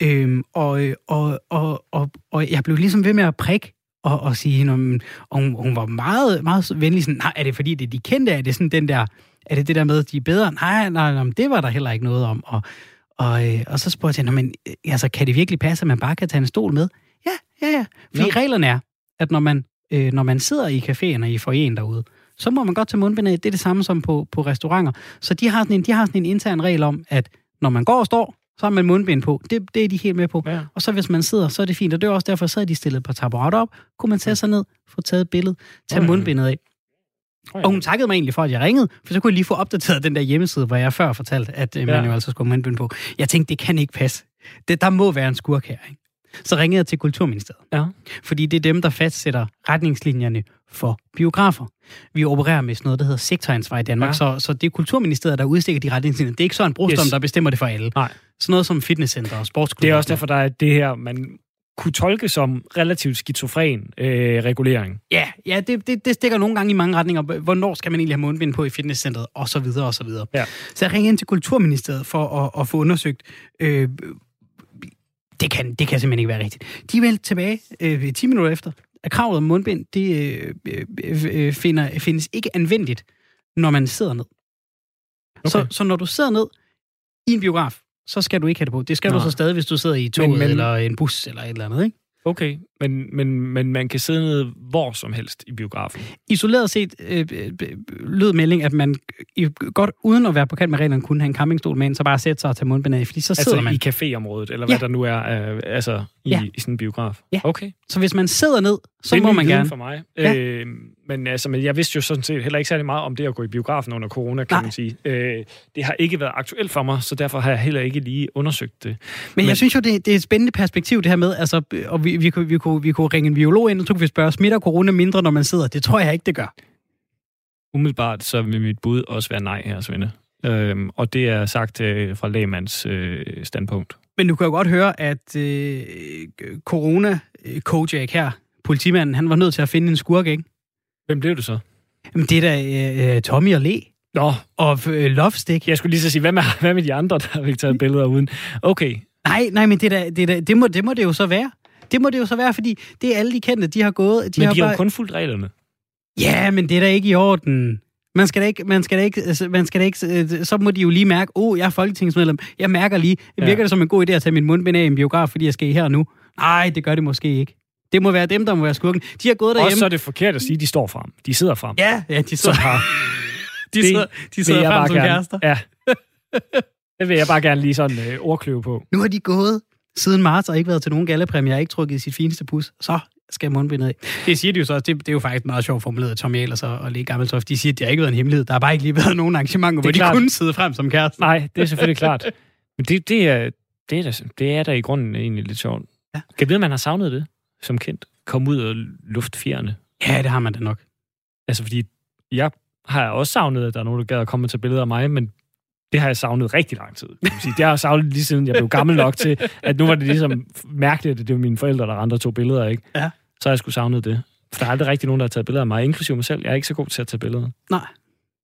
Og jeg blev ligesom ved med at prikke og sige hende, og hun var meget, meget venlig. Sådan, nej, er det fordi, det de kendte? Er det sådan den der, er det der med, at de er bedre? Nej, det var der heller ikke noget om. Og så spurgte jeg, men altså, kan det virkelig passe, at man bare kan tage en stol med? Ja. Fordi reglerne er, at når man sidder i caféerne i foyeren derude, så må man godt tage mundbind af. Det er det samme som på restauranter. Så de har sådan en intern regel om, at når man går og står, så har man mundbind på. Det er de helt med på. Ja. Og så hvis man sidder, så er det fint. Og det er også derfor, så er de stillet et par taburetter op. Kunne man tage sig ned, få taget et billede, tage mundbindet af. Og hun takkede mig egentlig for, at jeg ringede, for så kunne jeg lige få opdateret den der hjemmeside, hvor jeg før fortalte, at man jo altså skulle have mundbind på. Jeg tænkte, det kan ikke passe. Der må være en skurk her, ikke? Så ringede jeg til Kulturministeriet. Ja. Fordi det er dem, der fastsætter retningslinjerne for biografer. Vi opererer med sådan noget, der hedder sektoransvar i Danmark, så det er Kulturministeriet, der udstikker de retningslinjer. Det er ikke så en Brostrøm, der bestemmer det for alle. Nej. Sådan noget som fitnesscenter og sportsklubber. Det er også derfor, der er det her, man kunne tolke som relativt skizofren regulering. Ja, det stikker nogle gange i mange retninger. Hvornår skal man egentlig have mundbind på i fitnesscenteret? Og så videre, og så videre. Ja. Så jeg ringede ind til Kulturministeriet for at få undersøgt. Det kan simpelthen ikke være rigtigt. De er vel tilbage 10 minutter efter, at kravet om mundbind, det findes ikke anvendeligt, når man sidder ned. Okay. Så når du sidder ned i en biograf, så skal du ikke have det på. Det skal du så stadig, hvis du sidder i toget eller en bus eller et eller andet, ikke? Okay, men man kan sidde ned hvor som helst i biografen. Isoleret set lød melding, at man godt uden at være på kant med reglerne kunne have en campingstol med en, så bare sætte sig og tage mundbind af, fordi så sidder man. Altså i caféområdet, eller hvad der nu er, i sådan en biograf? Ja. Okay. Så hvis man sidder ned, så må man gerne. For mig. Ja. Men jeg vidste jo sådan set heller ikke særlig meget om det at gå i biografen under corona, kan man sige. Det har ikke været aktuelt for mig, så derfor har jeg heller ikke lige undersøgt det. Men jeg synes jo, det er et spændende perspektiv, det her med, altså, og vi kunne ringe en biolog ind, og så kunne vi spørge, smitter corona mindre, når man sidder? Det tror jeg ikke, det gør. Umiddelbart så vil mit bud også være nej her, Svende. Og det er sagt fra lægemands standpunkt. Men du kan jo godt høre, at corona-Kojak her, politimanden, han var nødt til at finde en skurk, ikke? Hvem blev det så? Jamen, det er da Tommy og Le. Nå. Og Lovestick. Jeg skulle lige så sige, hvad med de andre, der har ikke taget billeder uden? Okay. Nej, men det må det jo så være. Det må det jo så være, fordi det er alle de kendte, de har gået. Men de har jo kun fulgt reglerne. Ja, men det er da ikke i orden. Man skal da ikke, så må de jo lige mærke, jeg er folketingsmedlem. Jeg mærker lige, virker det som en god idé at tage min mundbind af i en biograf, fordi jeg skal her nu? Nej, det gør det måske ikke. Det må være dem, der må være skurken. De har gået derhjemme. Og så er det forkert at sige, at de står frem. De sidder frem. Ja, de sidder frem. de sidder frem som kærester. Ja. Det vil jeg bare gerne lige sådan ordkløve på. Nu har de gået siden marts og ikke været til nogen gallepræmier, ikke trukket sit fineste pus. Så skal mundbindet af. Det siger de jo så, det er jo faktisk meget sjovt formuleret af Tommy Ahlers og Lee Gammeltoft. De siger, at det har ikke været en hemmelighed. Der har bare ikke lige været nogen arrangementer, hvor de kunne sidde frem som kærester. Nej, det er selvfølgelig klart. Men det er da i grunden egentlig lidt sjovt. Ja. Kan jeg vide, at man har savnet det som kendt? Komme ud og lufte fjerne? Ja, det har man da nok. Altså, fordi jeg har også savnet, at der er nogen, der gad at komme og tage billeder af mig, men det har jeg savnet rigtig lang tid. Det har jeg savnet lige siden jeg blev gammel nok til, at nu var det ligesom mærkeligt, at det var mine forældre, der rendte og tog billeder, ikke? Ja. Så har jeg sgu savnet det. For der er aldrig rigtig nogen, der har taget billeder af mig, inklusive mig selv. Jeg er ikke så god til at tage billeder. Nej.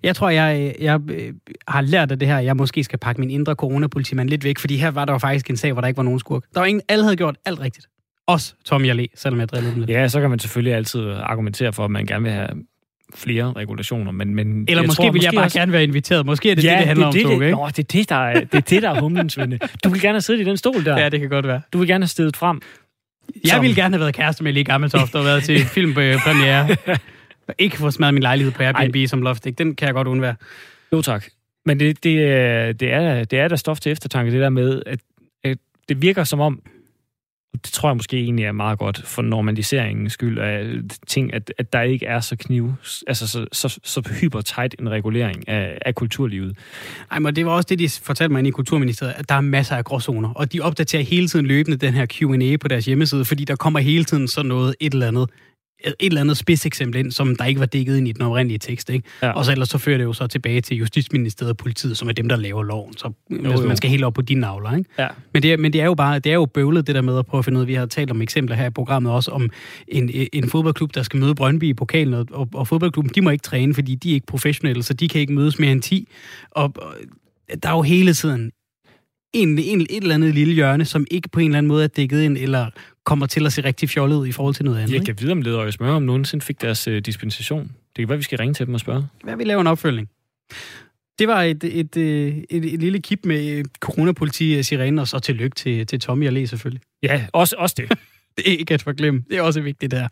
Jeg tror, jeg har lært af det her, at jeg måske skal pakke min indre coronapolitimand lidt væk, fordi her var der jo faktisk en sag, hvor der ikke var nogen skurk. Der var ingen, alle havde gjort alt rigtigt. Også Tommy og Le, selvom jeg drillede dem lidt. Ja, så kan man selvfølgelig altid argumentere for, at man gerne vil have flere regulationer, men eller måske vil jeg bare gerne være inviteret. Måske er det det handler om, Toge, ikke? Nå, det er det, der er humlen, Svende. Du vil gerne have siddet i den stol der. Ja, det kan godt være. Du vil gerne have stedet frem. Jeg ville gerne have været kæreste med Le Gammeltoft og været til filmpremiere. Ikke få smadret min lejlighed på Airbnb som loft. Den kan jeg godt undvære. Jo, tak. Men det er der stof til eftertanke, det der med, at det virker som om, det tror jeg måske egentlig er meget godt for normaliseringens skyld af ting, at der ikke er så hyper-tight en regulering af kulturlivet. Ej, men det var også det, de fortalte mig inde i Kulturministeriet, at der er masser af gråzoner, og de opdaterer hele tiden løbende den her Q&A på deres hjemmeside, fordi der kommer hele tiden sådan noget, et eller andet spidseksempel ind, som der ikke var dækket ind i den oprindelige tekst, ikke? Ja. Og så ellers så fører det jo så tilbage til Justitsministeriet og politiet, som er dem, der laver loven. Så man skal helt op på de navler, ikke? Ja. Men det er jo bare, det er jo bøvlet, det der med at prøve at finde ud af. Vi har talt om eksempler her i programmet også, om en fodboldklub, der skal møde Brøndby i pokalen, og fodboldklubben, de må ikke træne, fordi de er ikke professionelle, så de kan ikke mødes mere end 10. Og der er jo hele tiden et eller andet lille hjørne, som ikke på en eller anden måde er dækket ind, eller kommer til at se rigtig fjollet ud i forhold til noget andet. Jeg kan vide, om Ledøje Smøre om nogensinde fik deres dispensation. Det kan være, vi skal ringe til dem og spørge. Hvad vi laver en opfølgning. Det var et lille kip med coronapoliti-sirene, og så tillykke til Tommy og Le selvfølgelig. Ja, også det. Det er ikke at forglemme. Det er også vigtigt der.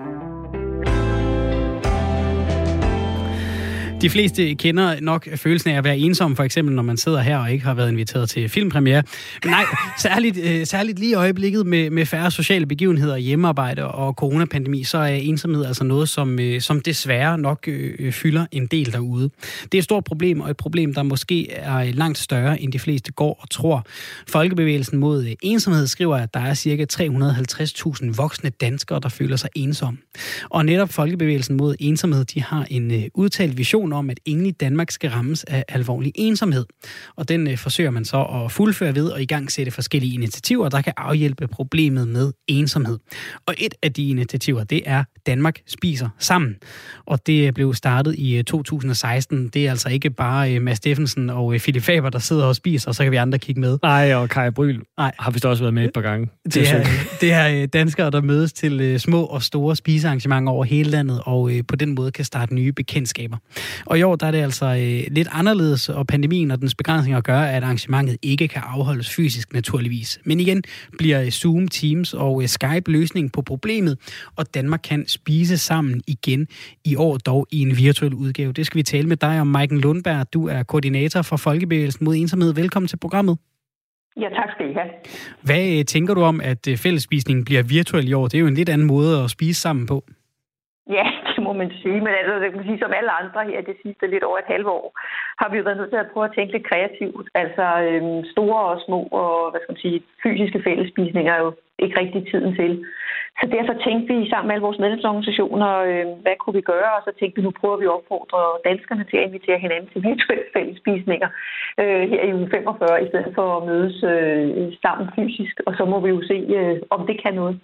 De fleste kender nok følelsen af at være ensom, for eksempel når man sidder her og ikke har været inviteret til filmpremiere. Men nej, særligt lige i øjeblikket med færre sociale begivenheder, hjemmearbejde og coronapandemi, så er ensomhed altså noget, som desværre nok fylder en del derude. Det er et stort problem, og et problem, der måske er langt større, end de fleste går og tror. Folkebevægelsen mod ensomhed skriver, at der er ca. 350.000 voksne danskere, der føler sig ensomme. Og netop Folkebevægelsen mod ensomhed, de har en udtalt vision om, at ingen i Danmark skal rammes af alvorlig ensomhed. Og den forsøger man så at fuldføre ved at igangsætte forskellige initiativer, der kan afhjælpe problemet med ensomhed. Og et af de initiativer, det er Danmark spiser sammen. Og det blev startet i 2016. Det er altså ikke bare Mads Steffensen og Philip Faber, der sidder og spiser, og så kan vi andre kigge med. Nej, og Kaja Bryl har vist også været med et par gange. Det er danskere, der mødes til små og store spisearrangementer over hele landet, og på den måde kan starte nye bekendtskaber. Og i år, der er det altså lidt anderledes, og pandemien og dens begrænsninger gør, at arrangementet ikke kan afholdes fysisk naturligvis. Men igen bliver Zoom, Teams og Skype løsningen på problemet, og Danmark kan spise sammen igen i år, dog i en virtuel udgave. Det skal vi tale med dig om, Maiken Lundberg. Du er koordinator for Folkebevægelsen mod ensomhed. Velkommen til programmet. Ja, tak skal I have. Hvad tænker du om, at fællesspisningen bliver virtuel i år? Det er jo en lidt anden måde at spise sammen på. Ja, det må man sige. Men altså, det kan sige, som alle andre her det sidste lidt over et halvt år, har vi jo været nødt til at prøve at tænke lidt kreativt. Altså store og små og fysiske fællesspisninger er jo ikke rigtig tiden til. Så derfor tænkte vi sammen med alle vores medlemsorganisationer, hvad kunne vi gøre? Og så tænkte vi, nu prøver vi at opfordre danskerne til at invitere hinanden til virtuelle fællesspisninger her i uge 45, i stedet for at mødes sammen fysisk. Og så må vi jo se, om det kan noget.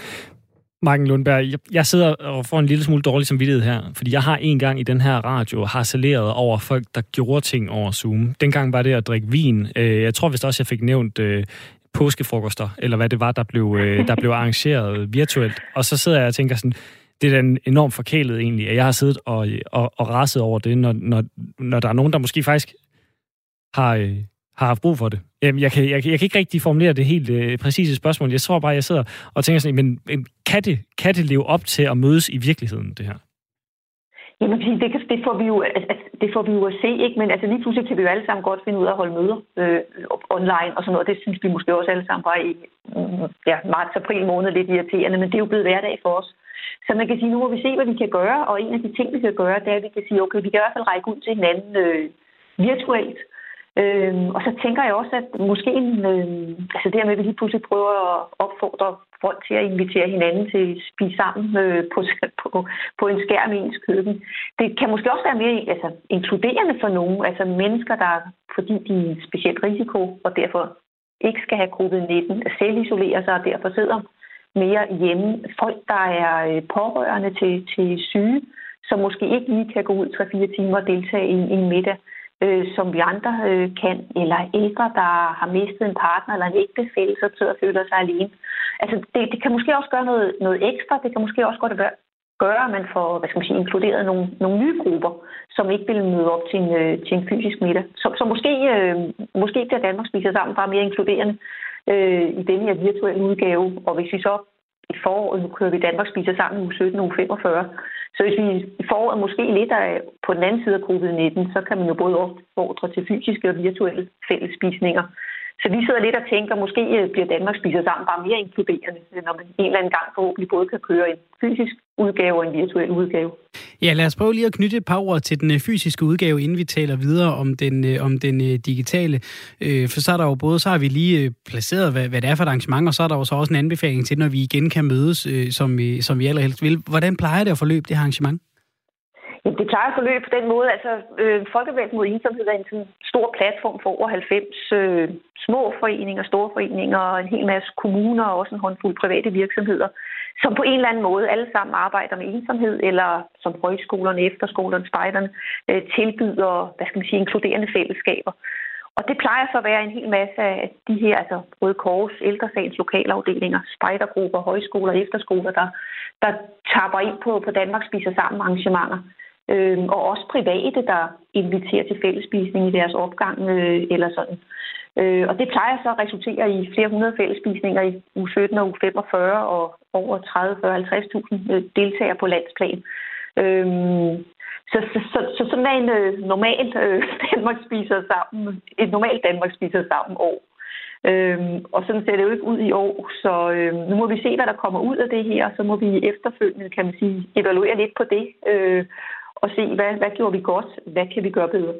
Maiken Lundberg, jeg sidder og får en lille smule dårlig samvittighed her, fordi jeg har en gang i den her radio harceleret over folk, der gjorde ting over Zoom. Dengang var det at drikke vin. Jeg tror vist også, jeg fik nævnt påskefrokoster, eller hvad det var, der blev arrangeret virtuelt. Og så sidder jeg og tænker sådan, det er da enormt forkælet egentlig, at jeg har siddet og rasset over det, når der er nogen, der måske faktisk har haft brug for det. Jeg kan ikke rigtig formulere det helt præcise spørgsmål. Jeg tror bare, jeg sidder og tænker sådan, men kan det leve op til at mødes i virkeligheden, det her? Jamen, det får vi jo at se, ikke? Men altså lige pludselig kan vi jo alle sammen godt finde ud af at holde møder online og sådan noget. Det synes vi måske også alle sammen bare i marts-april måned lidt irriterende, men det er jo blevet hverdag for os. Så man kan sige, nu må vi se, hvad vi kan gøre, og en af de ting, vi kan gøre, det er, at vi kan sige, okay, vi kan i hvert fald række ud til hinanden virtuelt. Og så tænker jeg også, at måske det her med, at vi lige pludselig prøver at opfordre folk til at invitere hinanden til at spise sammen på en skærm i ens køkken. Det kan måske også være mere inkluderende for nogen, altså mennesker, der fordi de er en speciel risiko, og derfor ikke skal have covid-19, selvisolerer sig og derfor sidder mere hjemme. Folk, der er pårørende til syge, som måske ikke lige kan gå ud 3-4 timer og deltage i en middag, som vi andre kan, eller ældre, der har mistet en partner eller en ægtefælle, så sidder og føler sig alene. Altså, det kan måske også gøre noget ekstra. Det kan måske også godt gøre, at man får, inkluderet nogle nye grupper, som ikke vil møde op til en fysisk middag. Så måske bliver Danmark spiser sammen bare mere inkluderende i denne her virtuelle udgave. Og hvis vi så i foråret, nu kører vi Danmark spiser sammen uge 17 og uge 45, så hvis vi i foråret måske lidt er på den anden side af covid-19, så kan man jo både opfordre til fysiske og virtuelle fællesspisninger. Så vi sidder lidt og tænker, måske bliver Danmark spiser sammen bare mere inkluderende, når man en eller anden gang forhåbentlig både kan køre en fysisk udgave og en virtuel udgave. Ja, lad os prøve lige at knytte et par ord til den fysiske udgave, inden vi taler videre om den digitale. For så er der jo både, så har vi lige placeret, hvad det er for et arrangement, og så er der jo så også en anbefaling til, når vi igen kan mødes, som vi allerhelst vil. Hvordan plejer det at forløbe det her arrangement? Jamen, det plejer at forløbe på den måde. Altså, Folkebevægelsen mod ensomhed er en sådan stor platform for over 90 små foreninger, store foreninger og en hel masse kommuner og også en håndfuld private virksomheder, som på en eller anden måde alle sammen arbejder med ensomhed, eller som højskolerne, efterskolerne, spejderne tilbyder, inkluderende fællesskaber. Og det plejer så at være en hel masse af de her, altså Røde Kors, Ældresagens lokalafdelinger, spejdergrupper, højskoler, efterskoler, der tapper ind på Danmark spiser sammen arrangementer. Og også private, der inviterer til fællesspisning i deres opgang eller sådan. Og det plejer så at resultere i flere hundrede fællesspisninger i uge 17 og uge 45 og over 30-50.000 deltagere på landsplan. Så sådan er en normal Danmark spiser sammen, et normalt Danmark spiser sammen år. Og sådan ser det jo ikke ud i år, så nu må vi se, hvad der kommer ud af det her, og så må vi efterfølgende, kan man sige, evaluere lidt på det, og se, hvad gjorde vi godt, hvad kan vi gøre bedre.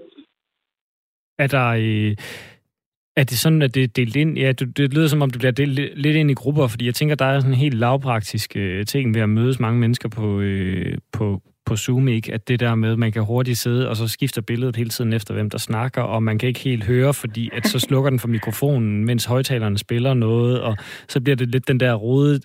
Er det sådan, at det er delt ind? Ja, det lyder som om, det bliver delt lidt ind i grupper, fordi jeg tænker, der er sådan en helt lavpraktisk ting ved at mødes mange mennesker på Zoom, ikke? At det der med, at man kan hurtigt sidde, og så skifter billedet hele tiden efter, hvem der snakker, og man kan ikke helt høre, fordi at så slukker den for mikrofonen, mens højtalerne spiller noget, og så bliver det lidt den der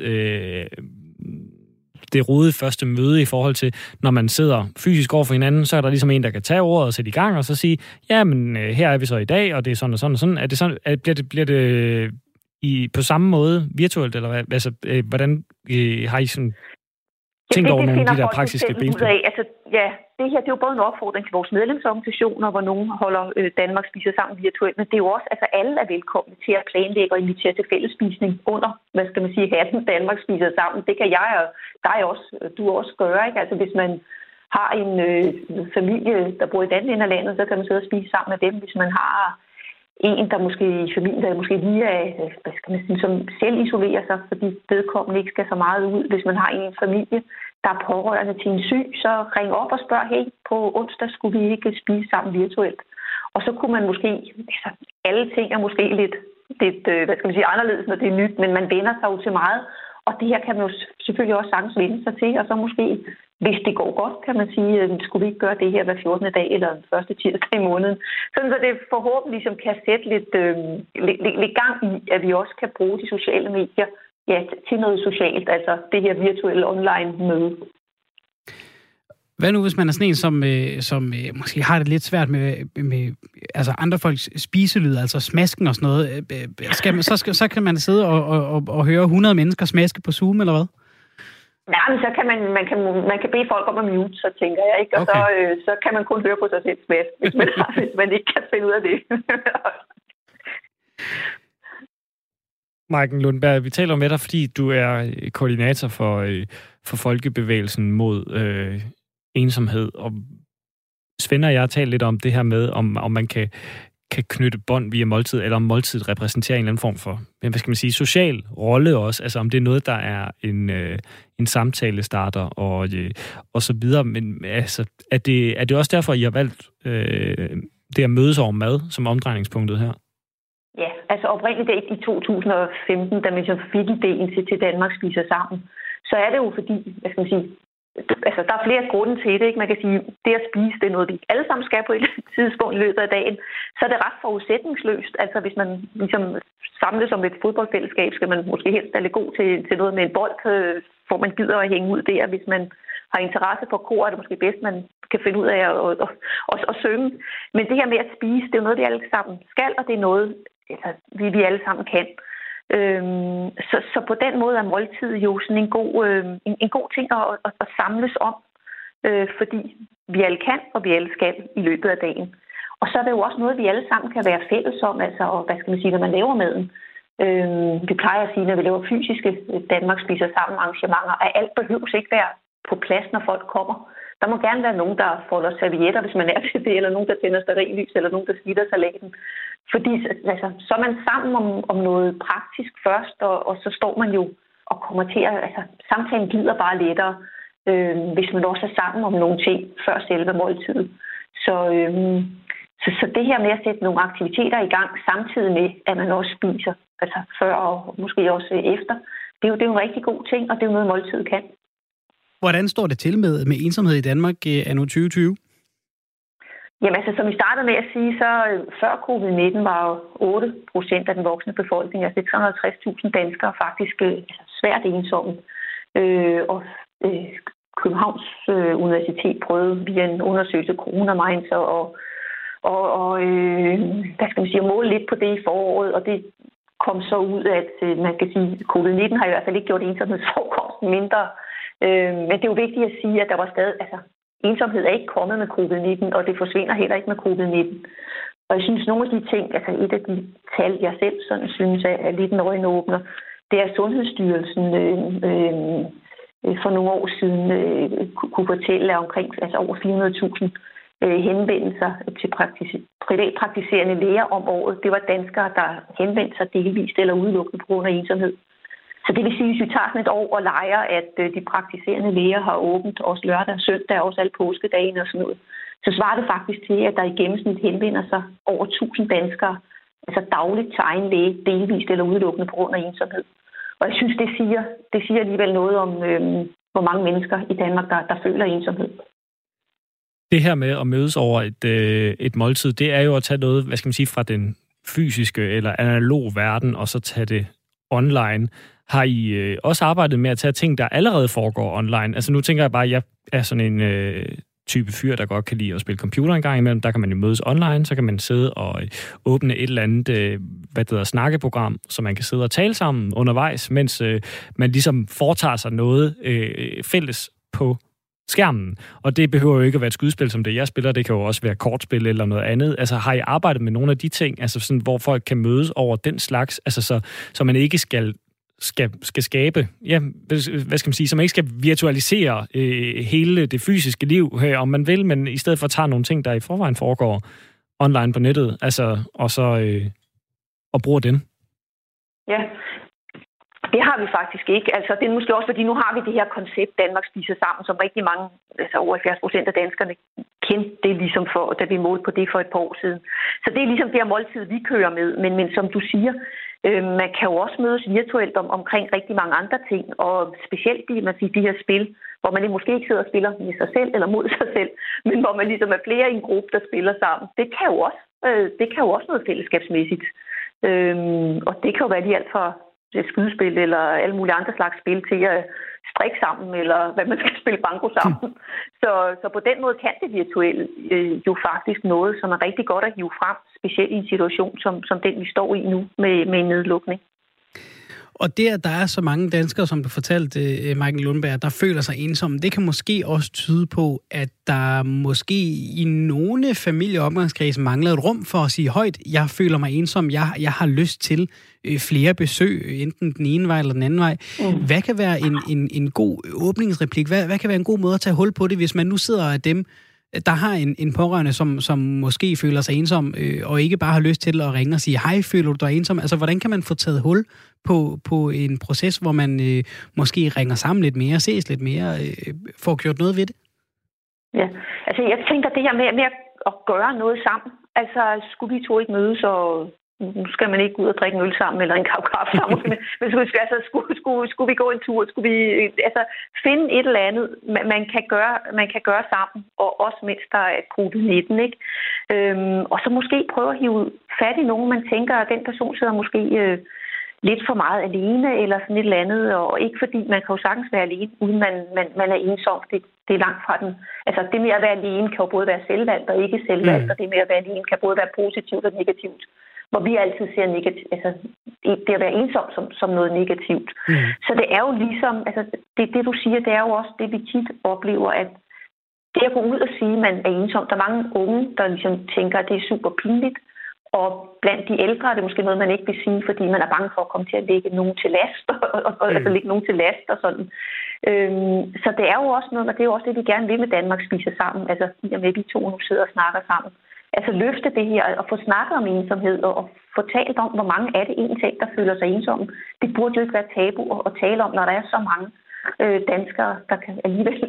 det rodede første møde i forhold til, når man sidder fysisk over for hinanden, så er der ligesom en, der kan tage ordet og sætte i gang, og så sige, ja, men her er vi så i dag, og det er sådan og sådan og sådan. Er det sådan, bliver det på samme måde virtuelt, eller hvad? Altså, hvordan har I sådan tænkt over nogle af de der praktiske benspil? Altså, ja, det her det er jo både en opfordring til vores medlemsorganisationer, hvor nogen holder Danmark spiser sammen virtuelt, men det er jo også, altså alle er velkomne til at planlægge og invitere til fællesspisning under, hatten Danmark spiser sammen. Det kan jeg og dig også, du også gøre, ikke? Altså hvis man har en familie, der bor i den ende af landet, så kan man sidde og spise sammen med dem. Hvis man har en, der måske i familien, der måske lige er, som selv isolerer sig, fordi vedkommende ikke skal så meget ud. Hvis man har en familie, der er pårørende til en syg, så ring op og spørg, hey, på onsdag skulle vi ikke spise sammen virtuelt. Og så kunne man måske, altså alle ting er måske lidt anderledes, når det er nyt, men man vender sig jo til meget. Og det her kan man jo selvfølgelig også sagtens vende sig til, og så måske, hvis det går godt, kan man sige, skulle vi ikke gøre det her hver 14. dag eller den første tirsdag i måneden. Sådan så det forhåbentlig ligesom kan sætte lidt gang i, at vi også kan bruge de sociale medier til noget socialt, altså det her virtuelle online møde. Hvad nu, hvis man er sådan en, som måske har det lidt svært med altså andre folks spiselyd, altså smasken og sådan noget? Så kan man sidde og høre 100 mennesker smaske på Zoom, eller hvad? Nej, men så kan man kan bede folk om at mute, så tænker jeg, ikke? Og okay. Så kan man kun høre på sig selv smask, hvis man ikke kan finde ud af det. Maiken Lundberg, vi taler med dig, fordi du er koordinator for Folkebevægelsen mod ensomhed. Og Svend og jeg har talt lidt om det her med, om man kan knytte bånd via måltid, eller om måltid repræsenterer en eller anden form for, social rolle også. Altså om det er noget, der er en samtalestarter og så videre. Men altså, er det også derfor, I har valgt det at mødes over mad som omdrejningspunktet her? Ja, altså oprindeligt i 2015, da man så fik idéen til Danmark spiser sammen, så er det jo fordi, altså der er flere grunde til det, ikke? Man kan sige, det at spise, det er noget, vi alle sammen skal på et tidspunkt i løbet af dagen, så er det ret forudsætningsløst. Altså hvis man ligesom samles som et fodboldfællesskab, skal man måske helst være lidt god til noget med en bold, hvor man gider at hænge ud der. Hvis man har interesse for kor, er det måske bedst, man kan finde ud af at synge. Men det her med at spise, det er jo noget, vi alle sammen skal, og det er noget, altså, vi alle sammen kan. Så på den måde er måltid jo sådan en god ting at samles om, fordi vi alle kan, og vi alle skal i løbet af dagen. Og så er det jo også noget, vi alle sammen kan være fælles om, altså, og hvad skal man sige, når man laver maden. Vi plejer at sige, når vi laver fysiske Danmark spiser sammen arrangementer, at alt behøves ikke være på plads, når folk kommer. Der må gerne være nogen, der folder servietter, hvis man er til det, eller nogen, der tænder stearinlys, eller nogen, der slitter salaten. Fordi altså, så er man sammen om noget praktisk først, og så står man jo og kommer til at... Altså, samtalen glider bare lettere, hvis man også er sammen om nogle ting før selve måltidet. Så det her med at sætte nogle aktiviteter i gang, samtidig med, at man også spiser, altså før og måske også efter, det er jo en rigtig god ting, og det er jo noget, måltid kan. Hvordan står det til med ensomhed i Danmark anno 2020? Jamen altså, som vi startede med at sige, så før covid-19 var jo 8% af den voksne befolkning, altså 360.000 danskere, faktisk svært ensomme. Og Københavns Universitet prøvede via en undersøgelse Corona Minds og hvad skal man sige, at måle lidt på det i foråret, og det kom så ud, at man kan sige, at covid-19 har i hvert fald ikke gjort ensomhedsforekomsten mindre. Men det er jo vigtigt at sige, at der var stadig, altså ensomhed er ikke kommet med covid-19, og det forsvinder heller ikke med covid-19. Og jeg synes, nogle af de ting, altså et af de tal, jeg selv sådan synes er lidt en øjenåbner, det er Sundhedsstyrelsen for nogle år siden kunne fortælle, at omkring altså over 400.000 henvendelser til privatpraktiserende læger om året. Det var danskere, der henvendte sig delvist eller udelukkende på grund af ensomhed. Så det vil sige, hvis vi tager sådan et år og leger, at de praktiserende læger har åbent også lørdag og søndag, også alle påskedagen og sådan noget, så svarer det faktisk til, at der i gennemsnit henvender sig over 1000 danskere, altså dagligt til egen læge, delvist eller udelukkende på grund af ensomhed. Og jeg synes, det siger alligevel noget om, hvor mange mennesker i Danmark, der føler ensomhed. Det her med at mødes over et måltid, det er jo at tage noget, hvad skal man sige, fra den fysiske eller analog verden, og så tage det online. Har I også arbejdet med at tage ting, der allerede foregår online? Altså nu tænker jeg bare, at jeg er sådan en type fyr, der godt kan lide at spille computer en gang imellem. Der kan man jo mødes online, så kan man sidde og åbne et eller andet snakkeprogram, så man kan sidde og tale sammen undervejs, mens man ligesom foretager sig noget fælles på skærmen. Og det behøver jo ikke at være et skydespil som det, jeg spiller. Det kan jo også være kortspil eller noget andet. Altså har I arbejdet med nogle af de ting, altså sådan, hvor folk kan mødes over den slags, altså så man ikke skal skabe, ja, hvad skal man sige, så man ikke skal virtualisere hele det fysiske liv her, om man vil, men i stedet for tager nogle ting, der i forvejen foregår online på nettet, altså, og så og bruger den. Ja, det har vi faktisk ikke. Altså, det er måske også, fordi nu har vi det her koncept, Danmark spiser sammen, som rigtig mange, altså over 70% af danskerne kendte det ligesom da vi målte på det for et par år siden. Så det er ligesom det her måltid, vi kører med. Men som du siger, man kan jo også mødes virtuelt omkring rigtig mange andre ting, og specielt de her spil, hvor man måske ikke sidder og spiller med sig selv eller mod sig selv, men hvor man ligesom er flere i en gruppe, der spiller sammen. Det kan jo også noget fællesskabsmæssigt. Og det kan jo være lige alt fra skydespil eller alle mulige andre slags spil til at strikke sammen, eller hvad man skal spille banko sammen. Så på den måde kan det virtuelle jo faktisk noget, som er rigtig godt at hive frem, specielt i en situation som den, vi står i nu med en nedlukning. Og det, at der er så mange danskere, som du fortalte, Maiken Lundberg, der føler sig ensomme, det kan måske også tyde på, at der måske i nogle familie- og omgangskredse mangler et rum for at sige højt, jeg føler mig ensom, jeg har lyst til flere besøg, enten den ene vej eller den anden vej. Hvad kan være en god åbningsreplik? Hvad kan være en god måde at tage hul på det, hvis man nu sidder af dem, der har en pårørende, som måske føler sig ensom, og ikke bare har lyst til at ringe og sige, hej, føler du dig ensom? Altså, hvordan kan man få taget hul på en proces, hvor man måske ringer sammen lidt mere, ses lidt mere, får gjort noget ved det? Ja, altså jeg tænker det her med at gøre noget sammen. Altså, skulle vi to ikke mødes, og nu skal man ikke gå ud og drikke en øl sammen, eller en kop kaffe sammen, men skulle vi gå en tur, skulle vi finde et eller andet, man kan gøre sammen, og også mens der er covid-19, ikke? Og så måske prøve at hive fat i nogen, man tænker, at den person sidder måske lidt for meget alene eller sådan et eller andet, og ikke fordi man kan jo sagtens være alene, uden man er ensom. Det er langt fra den. Altså det med at være alene kan jo både være selvvalgt og ikke selvvalgt, og det med at være alene kan både være positivt og negativt. Hvor vi altid ser negativt, altså det at være ensom som noget negativt. Så det er jo ligesom, altså det du siger, det er jo også det, vi tit oplever, at det at gå ud og sige, at man er ensom, der er mange unge, der ligesom tænker, at det er super pinligt. Og blandt de ældre er det måske noget, man ikke vil sige, fordi man er bange for at komme til at lægge nogen til last, altså lægge nogen til last og sådan. Så det er jo også noget, og det er jo også det, vi gerne vil med Danmark Spiser Sammen. Altså i og med, vi to nu sidder og snakker sammen. Altså løfte det her og få snakket om ensomhed og få talt om, hvor mange er det egentlig, der føler sig ensomme. Det burde jo ikke være tabu at tale om, når der er så mange danskere, der kan alligevel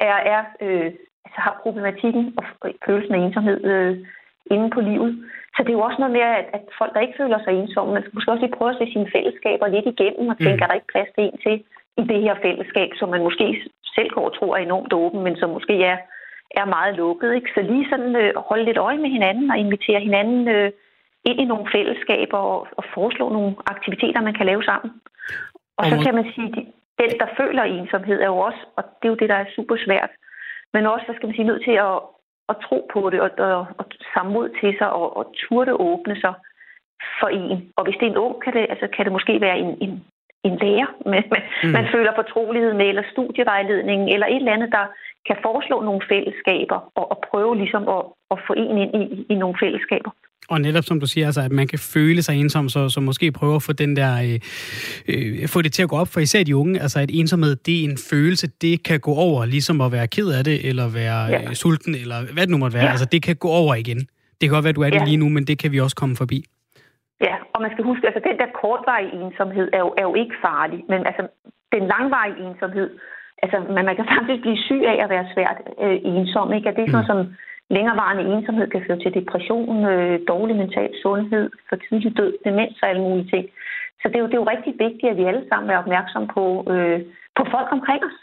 altså har problematikken og følelsen af ensomhed inde på livet. Så det er jo også noget med, at folk, der ikke føler sig ensomme, man skal måske også lige prøve at se sine fællesskaber lidt igennem og tænke, at der ikke plads til en til i det her fællesskab, som man måske selv går og tror er enormt åben, men som måske er meget lukket. Ikke? Så lige sådan holde lidt øje med hinanden og invitere hinanden ind i nogle fællesskaber og foreslå nogle aktiviteter, man kan lave sammen. Og så kan man sige, at den, der føler ensomhed, er jo også, og det er jo det, der er super svært, men også, hvad skal man sige, nødt til at tro på det og samme mod til sig og turde åbne sig for en. Og hvis det er en ung, kan det måske være en lærer, man føler fortrolighed med, eller studievejledning, eller et eller andet, der kan foreslå nogle fællesskaber og prøve ligesom at få en ind i nogle fællesskaber. Og netop som du siger, altså, at man kan føle sig ensom, så måske prøve at få den der, få det til at gå op for især de unge. Altså at ensomhed, det er en følelse, det kan gå over, ligesom at være ked af det, eller være sulten, eller hvad det nu måtte være. Ja. Altså det kan gå over igen. Det kan godt være, at du er det lige nu, men det kan vi også komme forbi. Ja, og man skal huske, altså den der kortvarige ensomhed er jo ikke farlig, men altså den langvarige ensomhed, altså man kan faktisk blive syg af at være svært ensom, ikke? Og det er sådan som længerevarende ensomhed kan føre til depression, dårlig mental sundhed, for tidlig død, demens og alle mulige ting. Så det er jo rigtig vigtigt, at vi alle sammen er opmærksomme på folk omkring os.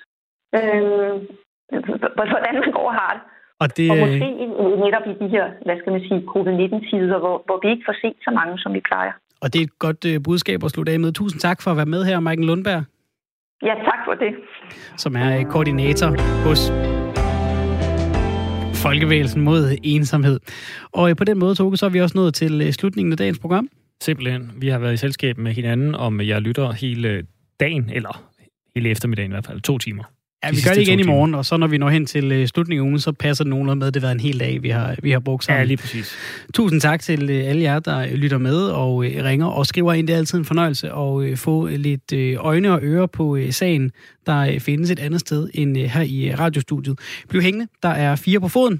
Hvordan man går og har det. Og måske netop i de her, hvad skal man sige, COVID-19-tider, hvor vi ikke får set så mange, som vi plejer. Og det er et godt budskab at slutte af med. Tusind tak for at være med her, Maiken Lundberg. Ja, tak for det. Som er koordinator hos Folkebevægelsen mod ensomhed. Og på den måde, Toge, så er vi også nået til slutningen af dagens program. Simpelthen. Vi har været i selskab med hinanden, om jeg lytter hele dagen, eller hele eftermiddagen i hvert fald, 2 timer. Ja, vi gør det igen i morgen, og så når vi når hen til slutningen af ugen, så passer det nogenlunde med, at det har været en hel dag, vi har brugt sammen. Ja, lige præcis. Tusind tak til alle jer, der lytter med og ringer og skriver ind. Det er altid en fornøjelse at få lidt øjne og ører på sagen, der findes et andet sted end her i radiostudiet. Bliv hængende, der er 4 på foden.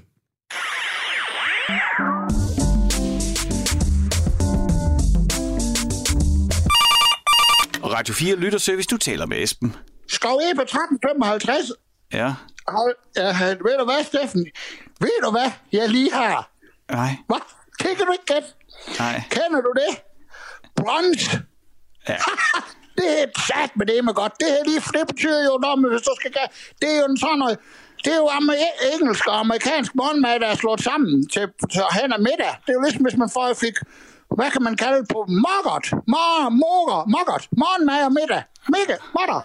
Radio 4 lytterservice, du taler med Esben. Skov E på 1355. Ja. Ved du hvad, Steffen? Ved du hvad, jeg lige har? Nej. Hvad? Det kan du ikke gætte. Nej. Kender du det? Brons. Ja. Det er sat med det med godt. Det betyder jo noget, hvis du skal gøre. Det er jo en sådan noget. Det er jo engelsk og amerikansk morgenmad, der er slået sammen til hen ad middag. Det er jo ligesom, hvis man fik, hvad kan man kalde det på? Moggert. Morgenmad og middag. Modder.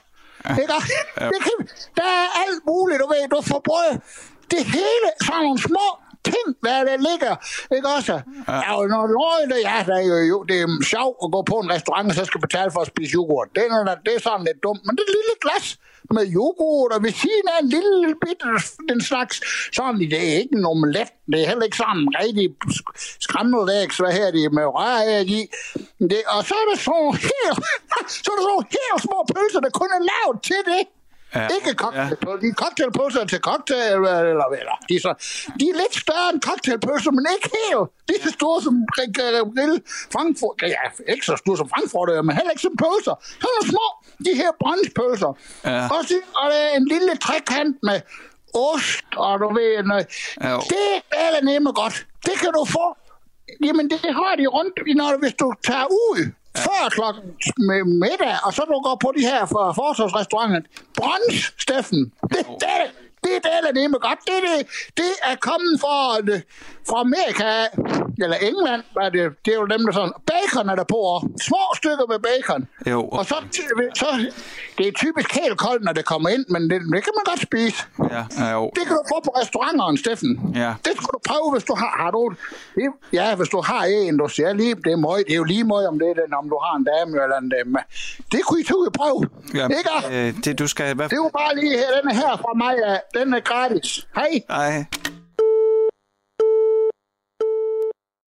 Der er alt muligt, du ved. Du får brød. Det hele, sådan nogle små ting, der ligger. Ikke også? Ja, og når det er sjovt at gå på en restaurant, og så skal betale for at spise yoghurt. Det er sådan lidt dumt. Men det er et lille glas med yoghurt, og ved siden af en lille bitte, den slags, sådan, det er ikke en omelet. Det er heller ikke sådan en rigtig scrambled eggs, hvad her de med røræg i. Og så er der sådan helt små pølser, der kun er lavet til det. Ja, ikke cocktailpølser. De er cocktailpølser til cocktail, eller de er lidt større end cocktailpølser, men ikke helt. De er så store som grill Frankfurt. Ja, ikke så store som Frankfurt, men heller ikke som pølser. Så er der små, de her brunchpølser. Ja. Og der er en lille trekant med ost, og du ved, det er nemme godt. Det kan du få. Jamen, det har de rundt, hvis du tager ud. Før klokken middag, og så du går på de her forsvarsrestauranter. Brunch, Steffen. Det er det, der nemme godt. Det er kommet fra Amerika, eller England, det er jo dem, der sådan, bacon er der på, små stykker med bacon. Jo. Og så det er typisk helt koldt, når det kommer ind, men det kan man godt spise. Ja, jo. Det kan du få på restauranterne, Steffen. Ja. Det skal du prøve, hvis du har du. Ja, hvis du har en, du siger lige, det er jo lige meget om det, om du har en dame eller en dame. Det kunne I to prøve. Ja, ikke? du skal... Det er jo bare lige her, denne her fra mig, den er gratis. Hej. Hej.